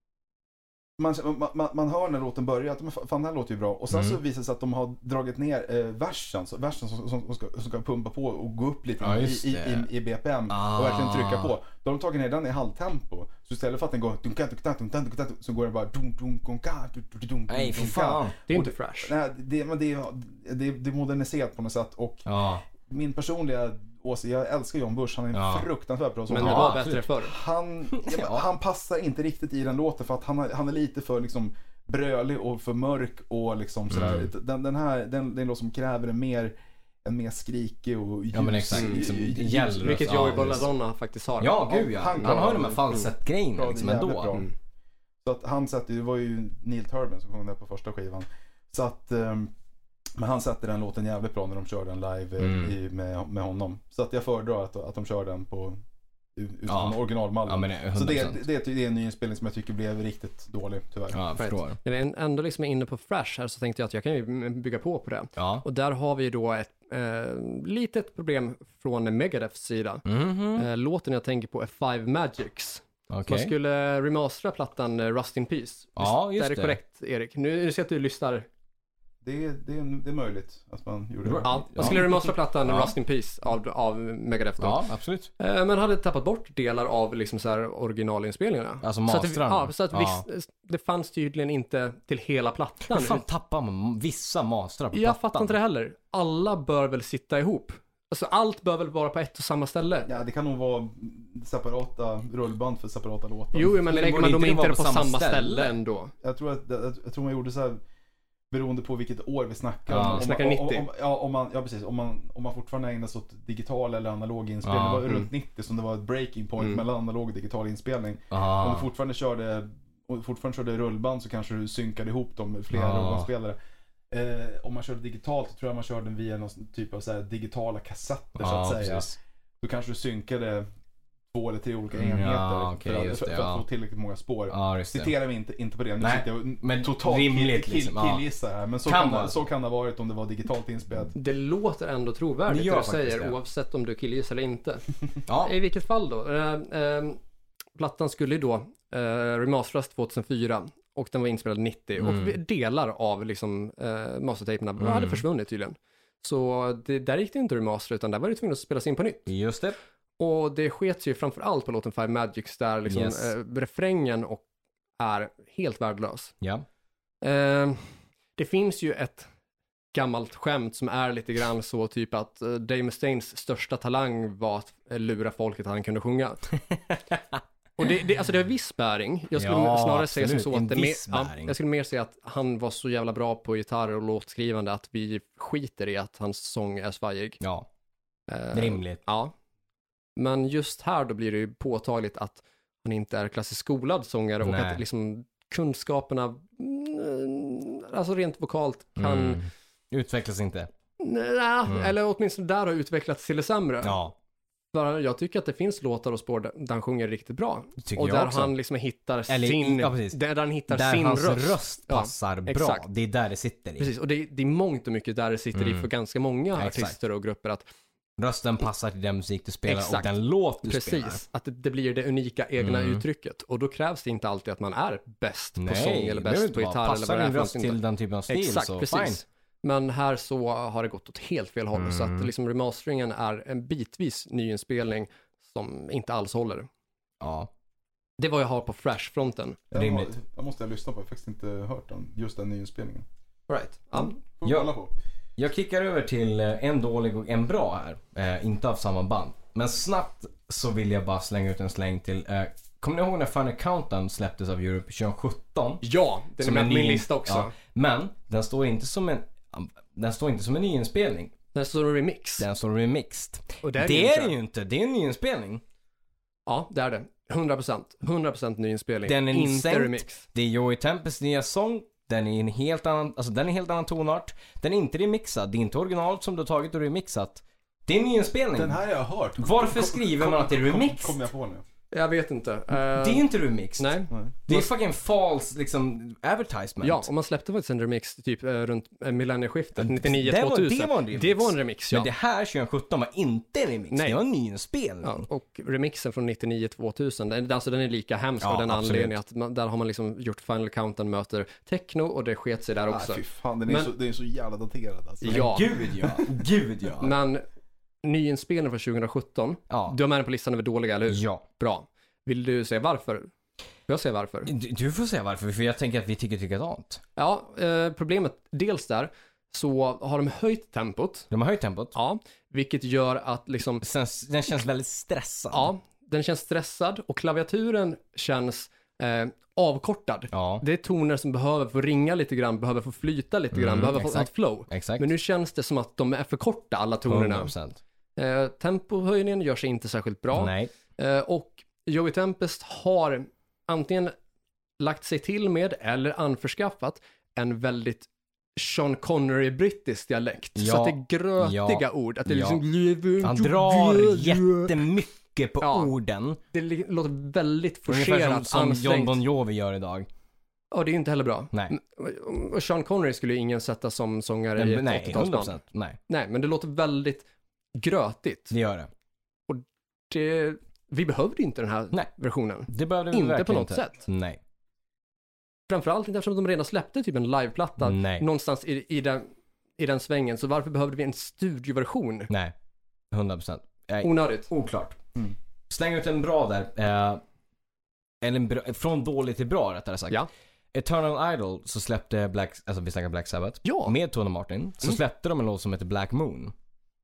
man hör när låten börjar att fan, den här låter ju bra. Och sen så visar det sig att de har dragit ner versen som ska pumpa på och gå upp lite i BPM och verkligen trycka på. Då har de tagit ner den i halvtempo. Så istället för att den går så går det bara nej, för fan. Det är inte fresh. Nej, det är moderniserat på något sätt. Och min personliga jag älskar John Bush, han är en fruktansvärt bra sångare. Men det var bättre förr. Han passar inte riktigt i den låten för att han är lite för liksom brölig och för mörk och liksom sådär. Den låt som kräver en mer skrikig och ljus. Ja, men exakt. Vilket Joey Belladonna faktiskt har. Ja, gud ja. Han har de här falsett-grejerna liksom ändå. Så att han satte, det var ju Neil Turbin som kom där på första skivan. Så att men han sätter den låten jävligt bra när de kör den live med honom. Så att jag föredrar att de kör den på utifrån originalmallen. Ja, så det är en ny inspelning som jag tycker blev riktigt dålig tyvärr. Ja, jag förstår. När vi ändå liksom är inne på Thrash här så tänkte jag att jag kan ju bygga på det. Ja. Och där har vi då ett litet problem från Megadeths sida. Låten jag tänker på är Five Magics. Okay. Man skulle remastera plattan Rust in Peace. Ja, just det. Är det korrekt, Erik? Nu ser att du lyssnar. Det är möjligt att man gjorde det. Ja, man skulle remastera plattan Rust in Peace av Megadeth då. Ja, absolut. Men hade tappat bort delar av liksom så här originalinspelningarna. Alltså mastrarna. Så att det fanns tydligen inte till hela plattan. Hur fan tappar man vissa mastrar på plattan? Jag fattar inte det heller. Alla bör väl sitta ihop. Alltså allt bör väl vara på ett och samma ställe. Ja, det kan nog vara separata rullband för separata låtar. Jo, men lägger man dem inte på samma ställe ändå. Jag tror man gjorde så här. beroende på vilket år vi snackar om. Vi snackar 90. Precis. Om man fortfarande ägnar sig åt digital eller analog inspelning. Det var runt 90 som det var ett breaking point mellan analog och digital inspelning. Om du fortfarande körde rullband så kanske du synkade ihop dem med flera rullbandspelare. Om man körde digitalt så tror jag man körde den via någon typ av så här digitala kassetter så att säga. Precis. Då kanske du synkade 2 eller 3 olika enheter för att få tillräckligt många spår. Citerar vi inte på det. Nu sitter jag men totalt killgissar här. Men så kan det ha varit om det var digitalt inspelat. Det låter ändå trovärdigt det du säger, oavsett om du killgissar eller inte. I vilket fall då? Plattan skulle ju då remasteras 2004 och den var inspelad 90 och delar av liksom mastertaperna hade försvunnit tydligen. Så där gick det inte remaster utan där var det tvungen att spelas in på nytt. Just det. Och det skets ju framförallt på låten Five Magics där liksom refrängen är helt värdelös. Ja. Det finns ju ett gammalt skämt som är lite grann så typ att Dave Mustaines största talang var att lura folket att han kunde sjunga. Och det har viss bäring. Jag skulle snarare säga som så att jag skulle mer säga att han var så jävla bra på gitarr och låtskrivande att vi skiter i att hans sång är svajig. Ja, rimligt. Ja. Men just här då blir det ju påtagligt att han inte är klassiskt skolad sångare och att liksom kunskaperna alltså rent vokalt kan utvecklas inte. Eller åtminstone där har utvecklats till det sämre. Ja. För jag tycker att det finns låtar och spår där han sjunger riktigt bra. Tycker och jag där också. Han liksom hittar där han hittar där sin hans röst passar bra. Exakt. Det är där det sitter i. Precis, och det är mångt och mycket där det sitter i för ganska många artister och grupper att rösten passar till den musik du spelar och den låt du spelar. Precis, att det blir det unika egna uttrycket. Och då krävs det inte alltid att man är bäst på sång eller bäst på gitarr. Passar eller din röst till den typen av stil så precis. Fine. Men här så har det gått åt helt fel håll. Så att liksom remasteringen är en bitvis nyinspelning som inte alls håller. Ja. Det var jag har på Fresh-fronten. Jag måste lyssna på, jag har faktiskt inte hört just den nyinspelningen. Right. Jag kickar över till en dålig och en bra här. Inte av samma band. Men snabbt så vill jag bara slänga ut en släng till... kommer ni ihåg när Final Countdown släpptes av Europe 2017? Ja, den är med på min lista också. Ja, men den står inte som en nyinspelning. Den står remix. Den står remixed. Och det är det ju inte. Det är en nyinspelning. Ja, det är det. 100% nyinspelning. Den är inte remix. Det är Joey Tempest nya sång. Den är en helt annan tonart. Den är inte remixad. Det är inte originalet som du har tagit och remixat. Det är en nyinspelning. Den här har jag hört. Varför skriver man att det är remix? Kommer jag på nu? Jag vet inte. Det är inte remix. Nej. Det är fucking false liksom advertisement. Ja, och man släppte faktiskt en remix typ runt millennieskiftet 99-2000. Det var en remix, ja. Men det här 2017 var inte en remix. Nej. Det var en nyinspelning. Ja, och remixen från 99-2000, alltså den är lika hemsk av den anledningen att där har man liksom gjort Final Countdown möter techno och det sket sig där också. Fy fan, den är så jävla daterad alltså. Ja. Gud ja. Men nyinspelningen från 2017, du har med den på listan över dåliga, eller hur? Ja. Bra. Vill du säga varför? Får jag säga varför? Du får säga varför, för jag tänker att vi tycker likadant. Ja, problemet dels där så har de höjt tempot. De har höjt tempot? Ja, vilket gör att liksom... Den känns väldigt stressad. Ja, den känns stressad och klaviaturen känns avkortad. Ja. Det är toner som behöver få ringa lite grann, behöver få flyta lite grann, behöver få ett flow. Exakt. Men nu känns det som att de är för korta, alla tonerna. 100%. Tempohöjningen gör sig inte särskilt bra. Nej. Och Joey Tempest har antingen lagt sig till med eller anförskaffat en väldigt Sean Connery brittisk dialekt. Så att det är grötiga ord. Att det liksom... Han drar jättemycket på orden. Det låter väldigt forcerat. Som John Bon Jovi gör idag. Ja, det är inte heller bra. Nej. Och Sean Connery skulle ju ingen sätta som sångare i ett 80-talsband. Nej, men det låter väldigt grötigt. Det gör det. Och vi behövde inte den här versionen. Det behövde vi inte verkligen på något sätt. Nej. Framförallt inte eftersom de redan släppte typ en liveplatta någonstans i den svängen. Så varför behövde vi en studioversion? Nej, 100%. Onödigt. Oklart. Släng ut en bra där. Eller från dåligt till bra rättare sagt. Ja. Eternal Idol så släppte vi snackar Black Sabbath. Ja. Med Tony Martin. Så släppte de en låt som heter Black Moon.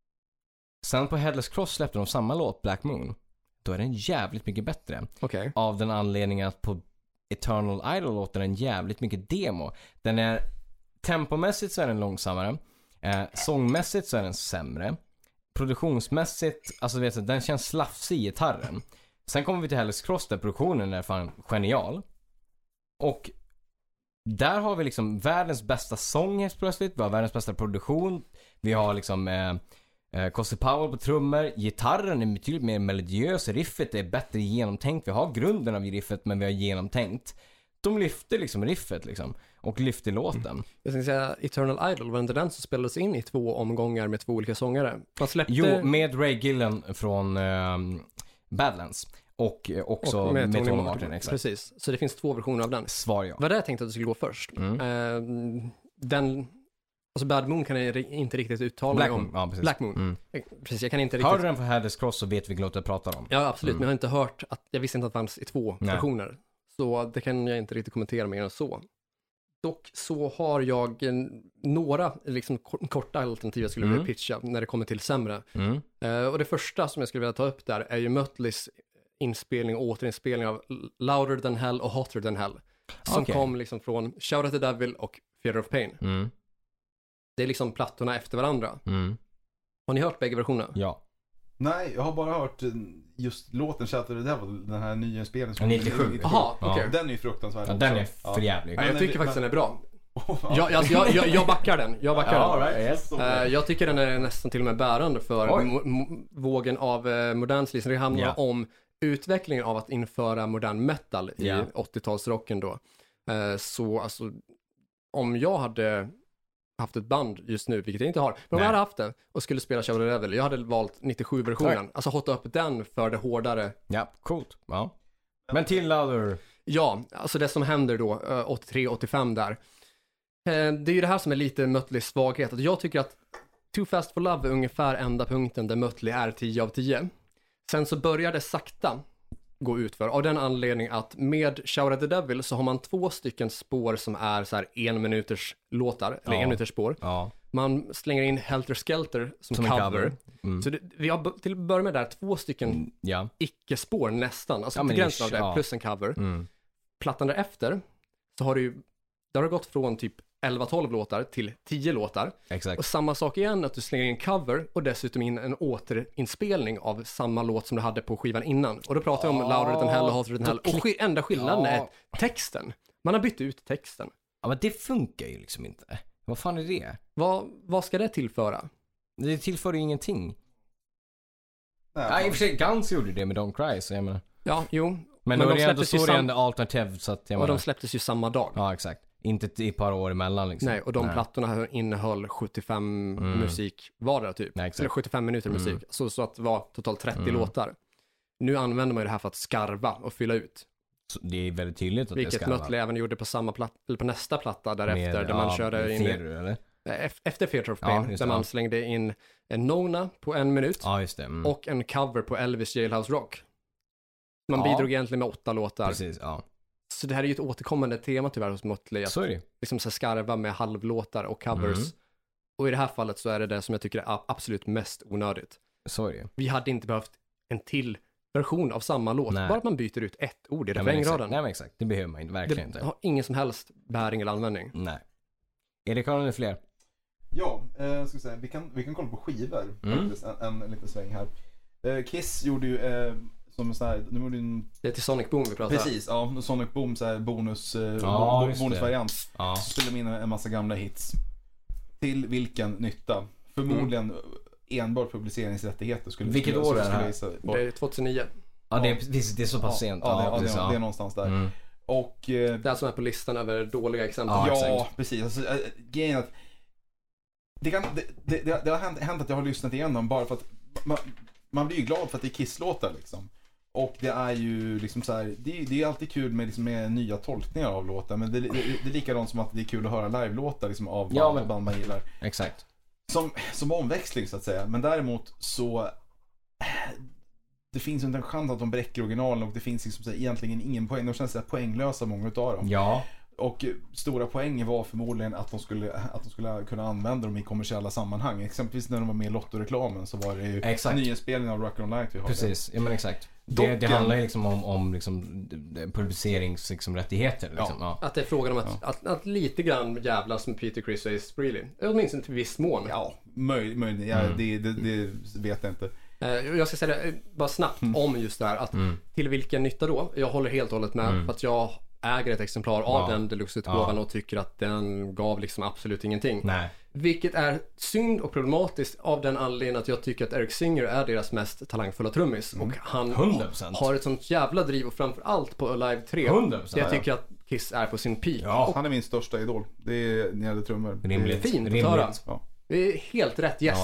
Sen på Headless Cross släppte de samma låt, Black Moon. Då är den jävligt mycket bättre. Okay. Av den anledningen att på Eternal Idol låter den jävligt mycket demo. Den är tempomässigt så är den långsammare. Sångmässigt så är den sämre. Produktionsmässigt, alltså vet du, den känns slafsig i gitarren. Sen kommer vi till Hell's Cross där produktionen är fan genial. Och där har vi liksom världens bästa sång helt plötsligt. Vi har världens bästa produktion. Vi har liksom Cozy Powell på trummor. Gitarren är betydligt mer melodiös. Riffet är bättre genomtänkt. Vi har grunden av riffet, men vi har genomtänkt. De lyfter liksom riffet liksom. Och lyfter låten. Jag ska säga, Eternal Idol var inte den som spelades in i 2 omgångar med 2 olika sångare. Man släppte... Jo, med Ray Gillen från Badlands. Och också med Tony Martin. Exakt. Precis, så det finns 2 versioner av den. Svar ja. Vad det jag tänkte att du skulle gå först. Alltså Bad Moon kan jag inte riktigt uttala Black mig om. Moon, ja, precis. Black Moon. Precis, jag kan inte riktigt... Hör du den för Hell's Cross så vet vi vilken låt jag pratar om. Ja, absolut. Men jag har inte hört att... Jag visste inte att det fanns i 2 versioner. Så det kan jag inte riktigt kommentera mer än så. Dock så har jag några liksom korta alternativ jag skulle vilja pitcha när det kommer till sämre. Och det första som jag skulle vilja ta upp där är ju Mötleys inspelning och återinspelning av Louder Than Hell och Hotter Than Hell. Som kom liksom från Shout at the Devil och Theater of Pain. Det är liksom plattorna efter varandra. Har ni hört bägge versionerna? Ja. Nej, jag har bara hört just låten Shout at the Devil, den här nya inspelningen. 97. Jaha, okej. Den är ju fruktansvärd. Ja, den är för jävlig. Ja, jag tycker faktiskt den är bra. Jag backar den. Jag tycker den är nästan till och med bärande för vågen av modern slis. Det handlar om utvecklingen av att införa modern metal i 80-talsrocken då. Så alltså, om jag hade haft ett band just nu, vilket jag inte har, men om jag hade haft det och skulle spela Shout at the Devil, jag hade valt 97-versionen. Alltså hotta upp den för det hårdare. Ja, coolt. Ja. Men till Louder. Ja, alltså det som händer då 83-85 där. Det är ju det här som är lite Mötleys svaghet. Att jag tycker att Too Fast For Love är ungefär enda punkten där Mötley är 10 av 10. Sen så börjar det sakta gå ut för. Av den anledning att med Shout at the Devil så har man 2 stycken spår som är så här 1 minuters låtar. Eller 1 minuters spår. Ja. Man slänger in Helter Skelter som cover. Så vi har till att börja med där 2 stycken icke-spår nästan. Alltså till gränsen av det, plus en cover. Plattan därefter så har det har gått från typ 11-12 låtar till 10 låtar. Exakt. Och samma sak igen, att du slänger in cover och dessutom in en återinspelning av samma låt som du hade på skivan innan. Och då pratar jag om Louder Than Hell och Hotter Than Hell. Och enda skillnaden är texten. Man har bytt ut texten. Ja, men det funkar ju liksom inte. Vad fan är det? Vad ska det tillföra? Det tillför ju ingenting. Nej, i och för sig Guns gjorde det med Don't Cry, så jag menar. Ja, jo. Men då är det ändå så det är alternativ, så att jag menar. Och de släpptes ju samma dag. Ja, exakt. Inte i ett par år emellan liksom. Nej, och de plattorna innehöll 75 musik vardera typ. Nej, eller 75 minuter musik. Så att det var totalt 30 låtar. Nu använder man ju det här för att skarva och fylla ut. Så det är väldigt tydligt att det skarva. Vilket Mötley även gjorde på eller på nästa platta därefter. Där man körde in... eller? Efter Theater of Pain. Där man slängde in en Nona på 1 minut. Ja, just det. Och en cover på Elvis Jailhouse Rock. Man bidrog egentligen med 8 låtar. Precis, ja. Så det här är ju ett återkommande tema tyvärr hos Mötley. Så är det. Liksom så skarva med halvlåtar och covers. Och i det här fallet så är det som jag tycker är absolut mest onödigt. Så är det. Vi hade inte behövt en till version av samma låt. Nej. Bara att man byter ut ett ord i refrängraden. Nej men exakt, det behöver man inte, verkligen inte. Det har ingen som helst bäring eller användning. Nej. Erik, har du fler? Ja, ska säga, vi kan kolla på skivor. En liten sväng här. Kiss gjorde ju som så här, nu gjorde en... Det är till Sonic Boom vi pratar. Precis, ja, Sonic Boom så här bonusvariant. Så spelade de in en massa gamla hits. Till vilken nytta? Förmodligen enbart publiceringsrättigheter skulle. Vilket år är det här? Det är 2009. Ja, det är så pass sent. Ja, det är någonstans där. Och det är som är på listan över dåliga exempel. Ja, precis. Alltså, grejen att det har hänt att jag har lyssnat igenom bara för att man blir ju glad för att det är Kiss-låtar liksom. Och det är ju liksom så här, det är alltid kul med, liksom, med nya tolkningar av låtar, men det är likadant som att det är kul att höra live-låtar liksom, av band man gillar. Exakt. Som omväxling så att säga. Men däremot så det finns inte en chans att de bräcker originalen och det finns liksom så här, egentligen ingen poäng. De känns så här poänglösa många utav dem. Ja. Och stora poängen var förmodligen att de skulle kunna använda dem i kommersiella sammanhang. Exempelvis när de var med i Lotto-reklamen så var det ju nyinspelningen av Rock on Light vi har. Precis, ja men exakt. Det handlar ju liksom om liksom publiceringsrättigheter. Liksom. Ja. Att det är frågan om att lite grann jävlas med Peter Criss och Ace Frehley. Åtminstone till viss mån. Ja, möjligen. Ja, det vet jag inte. Jag ska säga det bara snabbt om just det här. Att till vilken nytta då? Jag håller helt och hållet med. För att jag äger ett exemplar av den deluxe-utgåvan och tycker att den gav liksom absolut ingenting. Nej. Vilket är synd och problematiskt av den anledningen att jag tycker att Eric Singer är deras mest talangfulla trummis. Och han 100%. har ett sånt jävla driv och framförallt på Alive 3. 100%. Jag tycker att Kiss är på sin peak. Ja, han är min största idol. Det är när det trummor. Rimligt. Fint att höra. Ja. Det är helt rätt gäst.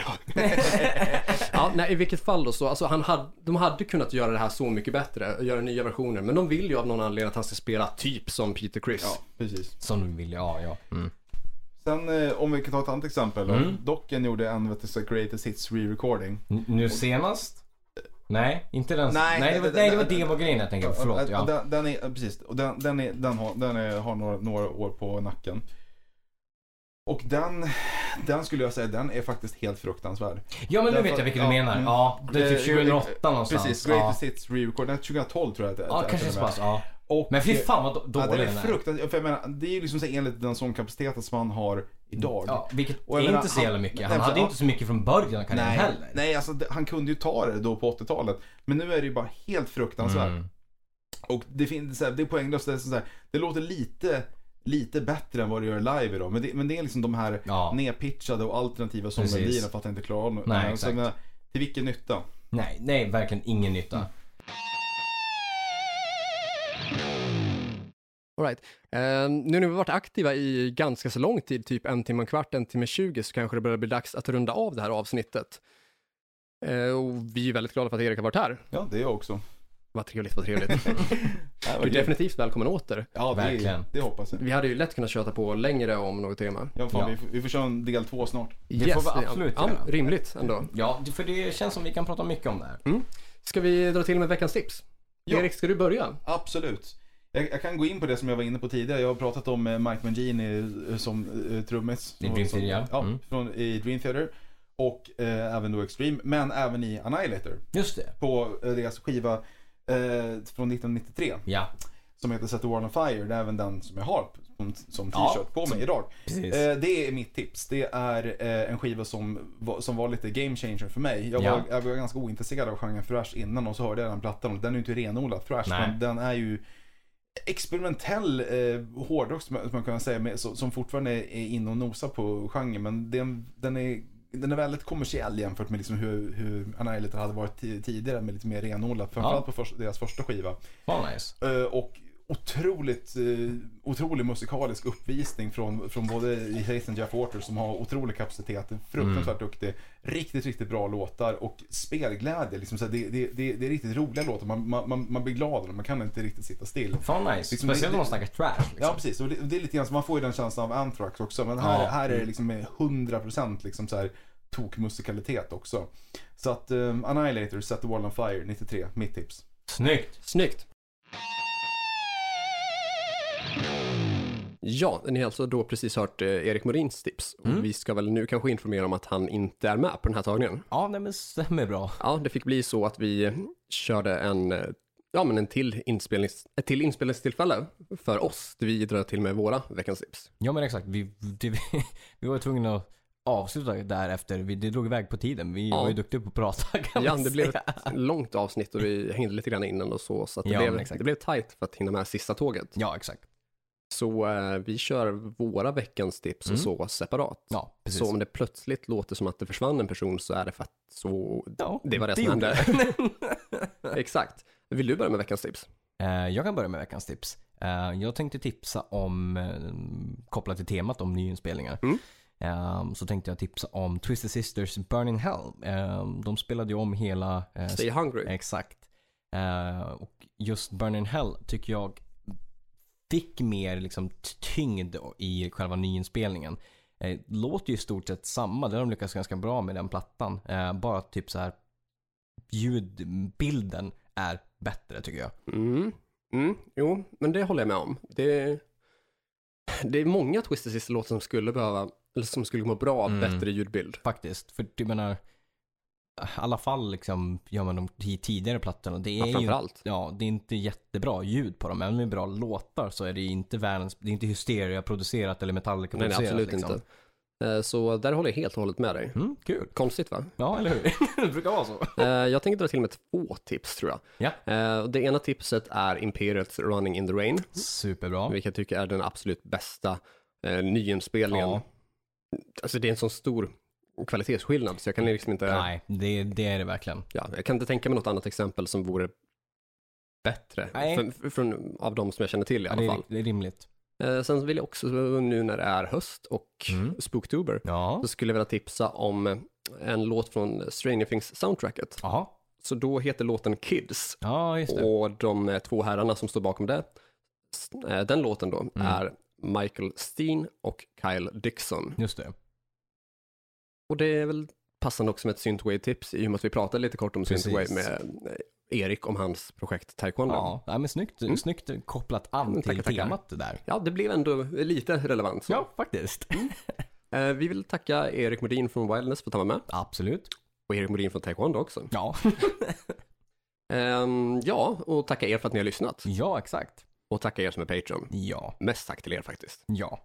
Ja. Nej, i vilket fall då så. Alltså de hade kunnat göra det här så mycket bättre. Göra nya versioner. Men de vill ju av någon anledning att han ska spela typ som Peter Criss. Ja, precis. Som de vill, ja. Sen om vi kan ta ett annat exempel. Docken gjorde en Greatest Hits re-recording. Nu senast? Nej, inte den. Nej, det var demo-grejen jag tänker. Förlåt, ja. Den är, precis. Och den har några år på nacken. Och den skulle jag säga, den är faktiskt helt fruktansvärd. Ja, men nu vet jag vilken du menar. Ja, det är typ 2008 någonstans. Precis, Greatest Hits re-record. 2012 tror jag att ja, kanske så pass, ja. Men fy fan vad dålig den är. Fruktansvärt, för jag menar, det är ju liksom så enligt den sångkapaciteten som man har idag. Ja, vilket är inte så jävla mycket. Han hade inte så mycket från början av karriären heller. Nej, alltså han kunde ju ta det då på 80-talet. Men nu är det ju bara helt fruktansvärt. Och det finns det är poänglöst. Det låter lite bättre än vad det gör live idag. Men det är liksom de här nedpitchade och alternativa sångmelodierna för att jag inte klarar av. Nej, exakt. Så, till vilken nytta? Nej, verkligen ingen nytta. All right. Nu när vi har varit aktiva i ganska så lång tid, typ 1 timme och kvart, 1 timme 20, så kanske det börjar bli dags att runda av det här avsnittet. Och vi är väldigt glada för att Erik har varit här. Ja, det är jag också. Vad trevligt. Du är definitivt välkommen åter. Ja, verkligen. Det hoppas jag. Vi hade ju lätt kunnat köta på längre om något tema. Ja, fan, vi får köra en del 2 snart. Det får vi absolut göra. Rimligt ändå. Ja, för det känns som vi kan prata mycket om det här. Ska vi dra till med veckans tips? Ja. Erik, ska du börja? Absolut. Jag kan gå in på det som jag var inne på tidigare. Jag har pratat om Mike Mangini som trummis. I Dream Theater, ja. I Dream Theater. Och även då Extreme. Men även i Annihilator. Just det. På deras skiva från 1993. Ja. Som heter Set the World on Fire. Det är även den som jag har som t-shirt på mig idag. Det är mitt tips. Det är en skiva som var lite game changer för mig. Jag var ganska ointresserad av genren thrash innan och så hörde jag den plattan. Den är ju inte renodlad thrash, men den är ju experimentell hårdrock som man kan säga som fortfarande är inne och nosar på genren, men den är väldigt kommersiell jämfört med liksom hur Annihilator hade varit tidigare med lite mer renodlat, framförallt på deras första skiva. Nice. Och otrolig musikalisk uppvisning från både Haze och Jeff Waters som har otrolig kapacitet, fruktansvärt duktig, riktigt bra låtar och spelglädje liksom, så det är riktigt roliga låtar, man blir glad och man kan inte riktigt sitta still. Nice. Liksom, speciellt när man snackar trash liksom. Ja, precis, och det är lite grann så man får ju den känslan av Anthrax också, men här är det liksom med 100% liksom så här tokmusikalitet också. Så att Annihilator, Set the World on Fire 93, mitt tips. Snyggt. Ja, ni har alltså då precis hört Erik Morins tips. Och vi ska väl nu kanske informera om att han inte är med på den här tagningen. Ja, det stämmer bra. Ja, det fick bli så att vi körde ett till inspelningstillfälle för oss. Vi drar till med våra veckans tips. Ja, men exakt. Vi var tvungna att avsluta därefter. Det drog iväg på tiden. Vi var ju duktiga på att prata, kan man det blev ett långt avsnitt och vi hängde lite grann innan och så att det blev tajt för att hinna med sista tåget. Ja, exakt. Så vi kör våra veckans tips och så separat. Ja, precis. Så om det plötsligt låter som att det försvann en person så är det för att det var det som hände. Exakt. Vill du börja med veckans tips? Jag kan börja med veckans tips. Jag tänkte tipsa om, kopplat till temat om nyinspelningar. Så tänkte jag tipsa om Twisted Sisters Burning Hell. De spelade ju om hela Stay Hungry. Exakt. Och just Burning Hell tycker jag fick mer liksom tyngd i själva nyinspelningen. Låter ju i stort sett samma. Det har de lyckats ganska bra med den plattan. Bara typ så här ljudbilden är bättre, tycker jag. Jo, men det håller jag med om. Det det är många Twisted Sister-låtar som skulle behöva, eller som skulle må bra av bättre ljudbild. Faktiskt, för du menar, i alla fall liksom gör man de tidigare plattorna. Det är framförallt. Det är inte jättebra ljud på dem. Även med bra låtar så är det inte det är inte Hysteria producerat eller Metallica producerat. Nej, absolut liksom. inte. Så där håller jag helt och hållet med dig. Kul. Konstigt, va? Ja, eller hur? Det brukar vara så. Jag tänkte dra till med 2 tips, tror jag. Ja. Det ena tipset är Imperials Running in the Rain. Superbra. Vilket jag tycker är den absolut bästa nyinspelningen. Ja. Alltså det är en sån stor kvalitetsskillnad så jag kan liksom inte... Nej, det är det verkligen. Ja, jag kan inte tänka mig något annat exempel som vore bättre. Av de som jag känner till i alla fall. Det är rimligt. Sen vill jag också, nu när det är höst och Spooktober, så skulle jag vilja tipsa om en låt från Stranger Things soundtracket. Aha. Så då heter låten Kids. Ja, just det. Och de 2 herrarna som står bakom det, den låten då, är Michael Steen och Kyle Dixon. Just det. Och det är väl passande också med ett Synthwave-tips i och med att vi pratade lite kort om Synthwave med Erik om hans projekt Taekwondo. Ja, men snyggt kopplat an till temat där. Ja, det blev ändå lite relevant. Så. Ja, faktiskt. Vi vill tacka Erik Modin från Wildness för att han var med. Absolut. Och Erik Modin från Taekwondo också. Ja. Ja, och tacka er för att ni har lyssnat. Ja, exakt. Och tacka er som är Patreon. Ja. Mest tack till er faktiskt. Ja.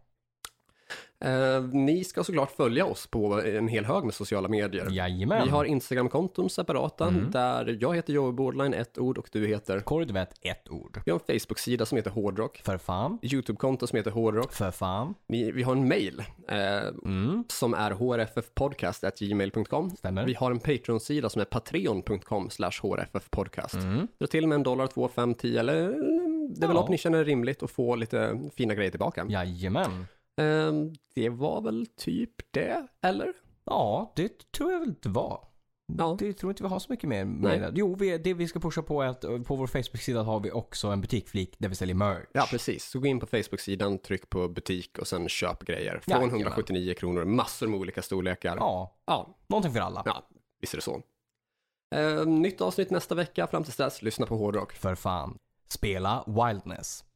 Ni ska såklart följa oss på en hel hög med sociala medier. Jajamän. Vi har Instagram-konton separata där jag heter Joey Borderline, 1 ord, och du heter Korvet, 1 ord. Vi har en Facebook-sida som heter Hårdrock. För fan. YouTube-konto som heter Hårdrock. För fan. Vi har en mail som är hrffpodcast@gmail.com. Stämmer. Vi har en Patreon-sida som är patreon.com/hrffpodcast. Dra till med $1, 2, 5, 10 eller det belopp ni känner är rimligt och få lite fina grejer tillbaka. Jajamän. Det var väl typ det, eller? Ja, det tror jag väl inte var. Ja. Det tror inte vi har så mycket mer med det. Jo, det vi ska pusha på är att på vår Facebook-sida har vi också en butikflik där vi säljer merch. Ja, precis. Så gå in på Facebook-sidan, tryck på butik och sen köp grejer. Från 179 kronor, massor med olika storlekar. Ja, någonting för alla. Ja, visst är det så. Nytt avsnitt nästa vecka. Fram tills dess, lyssna på Hårdrock. För fan. Spela Wildness.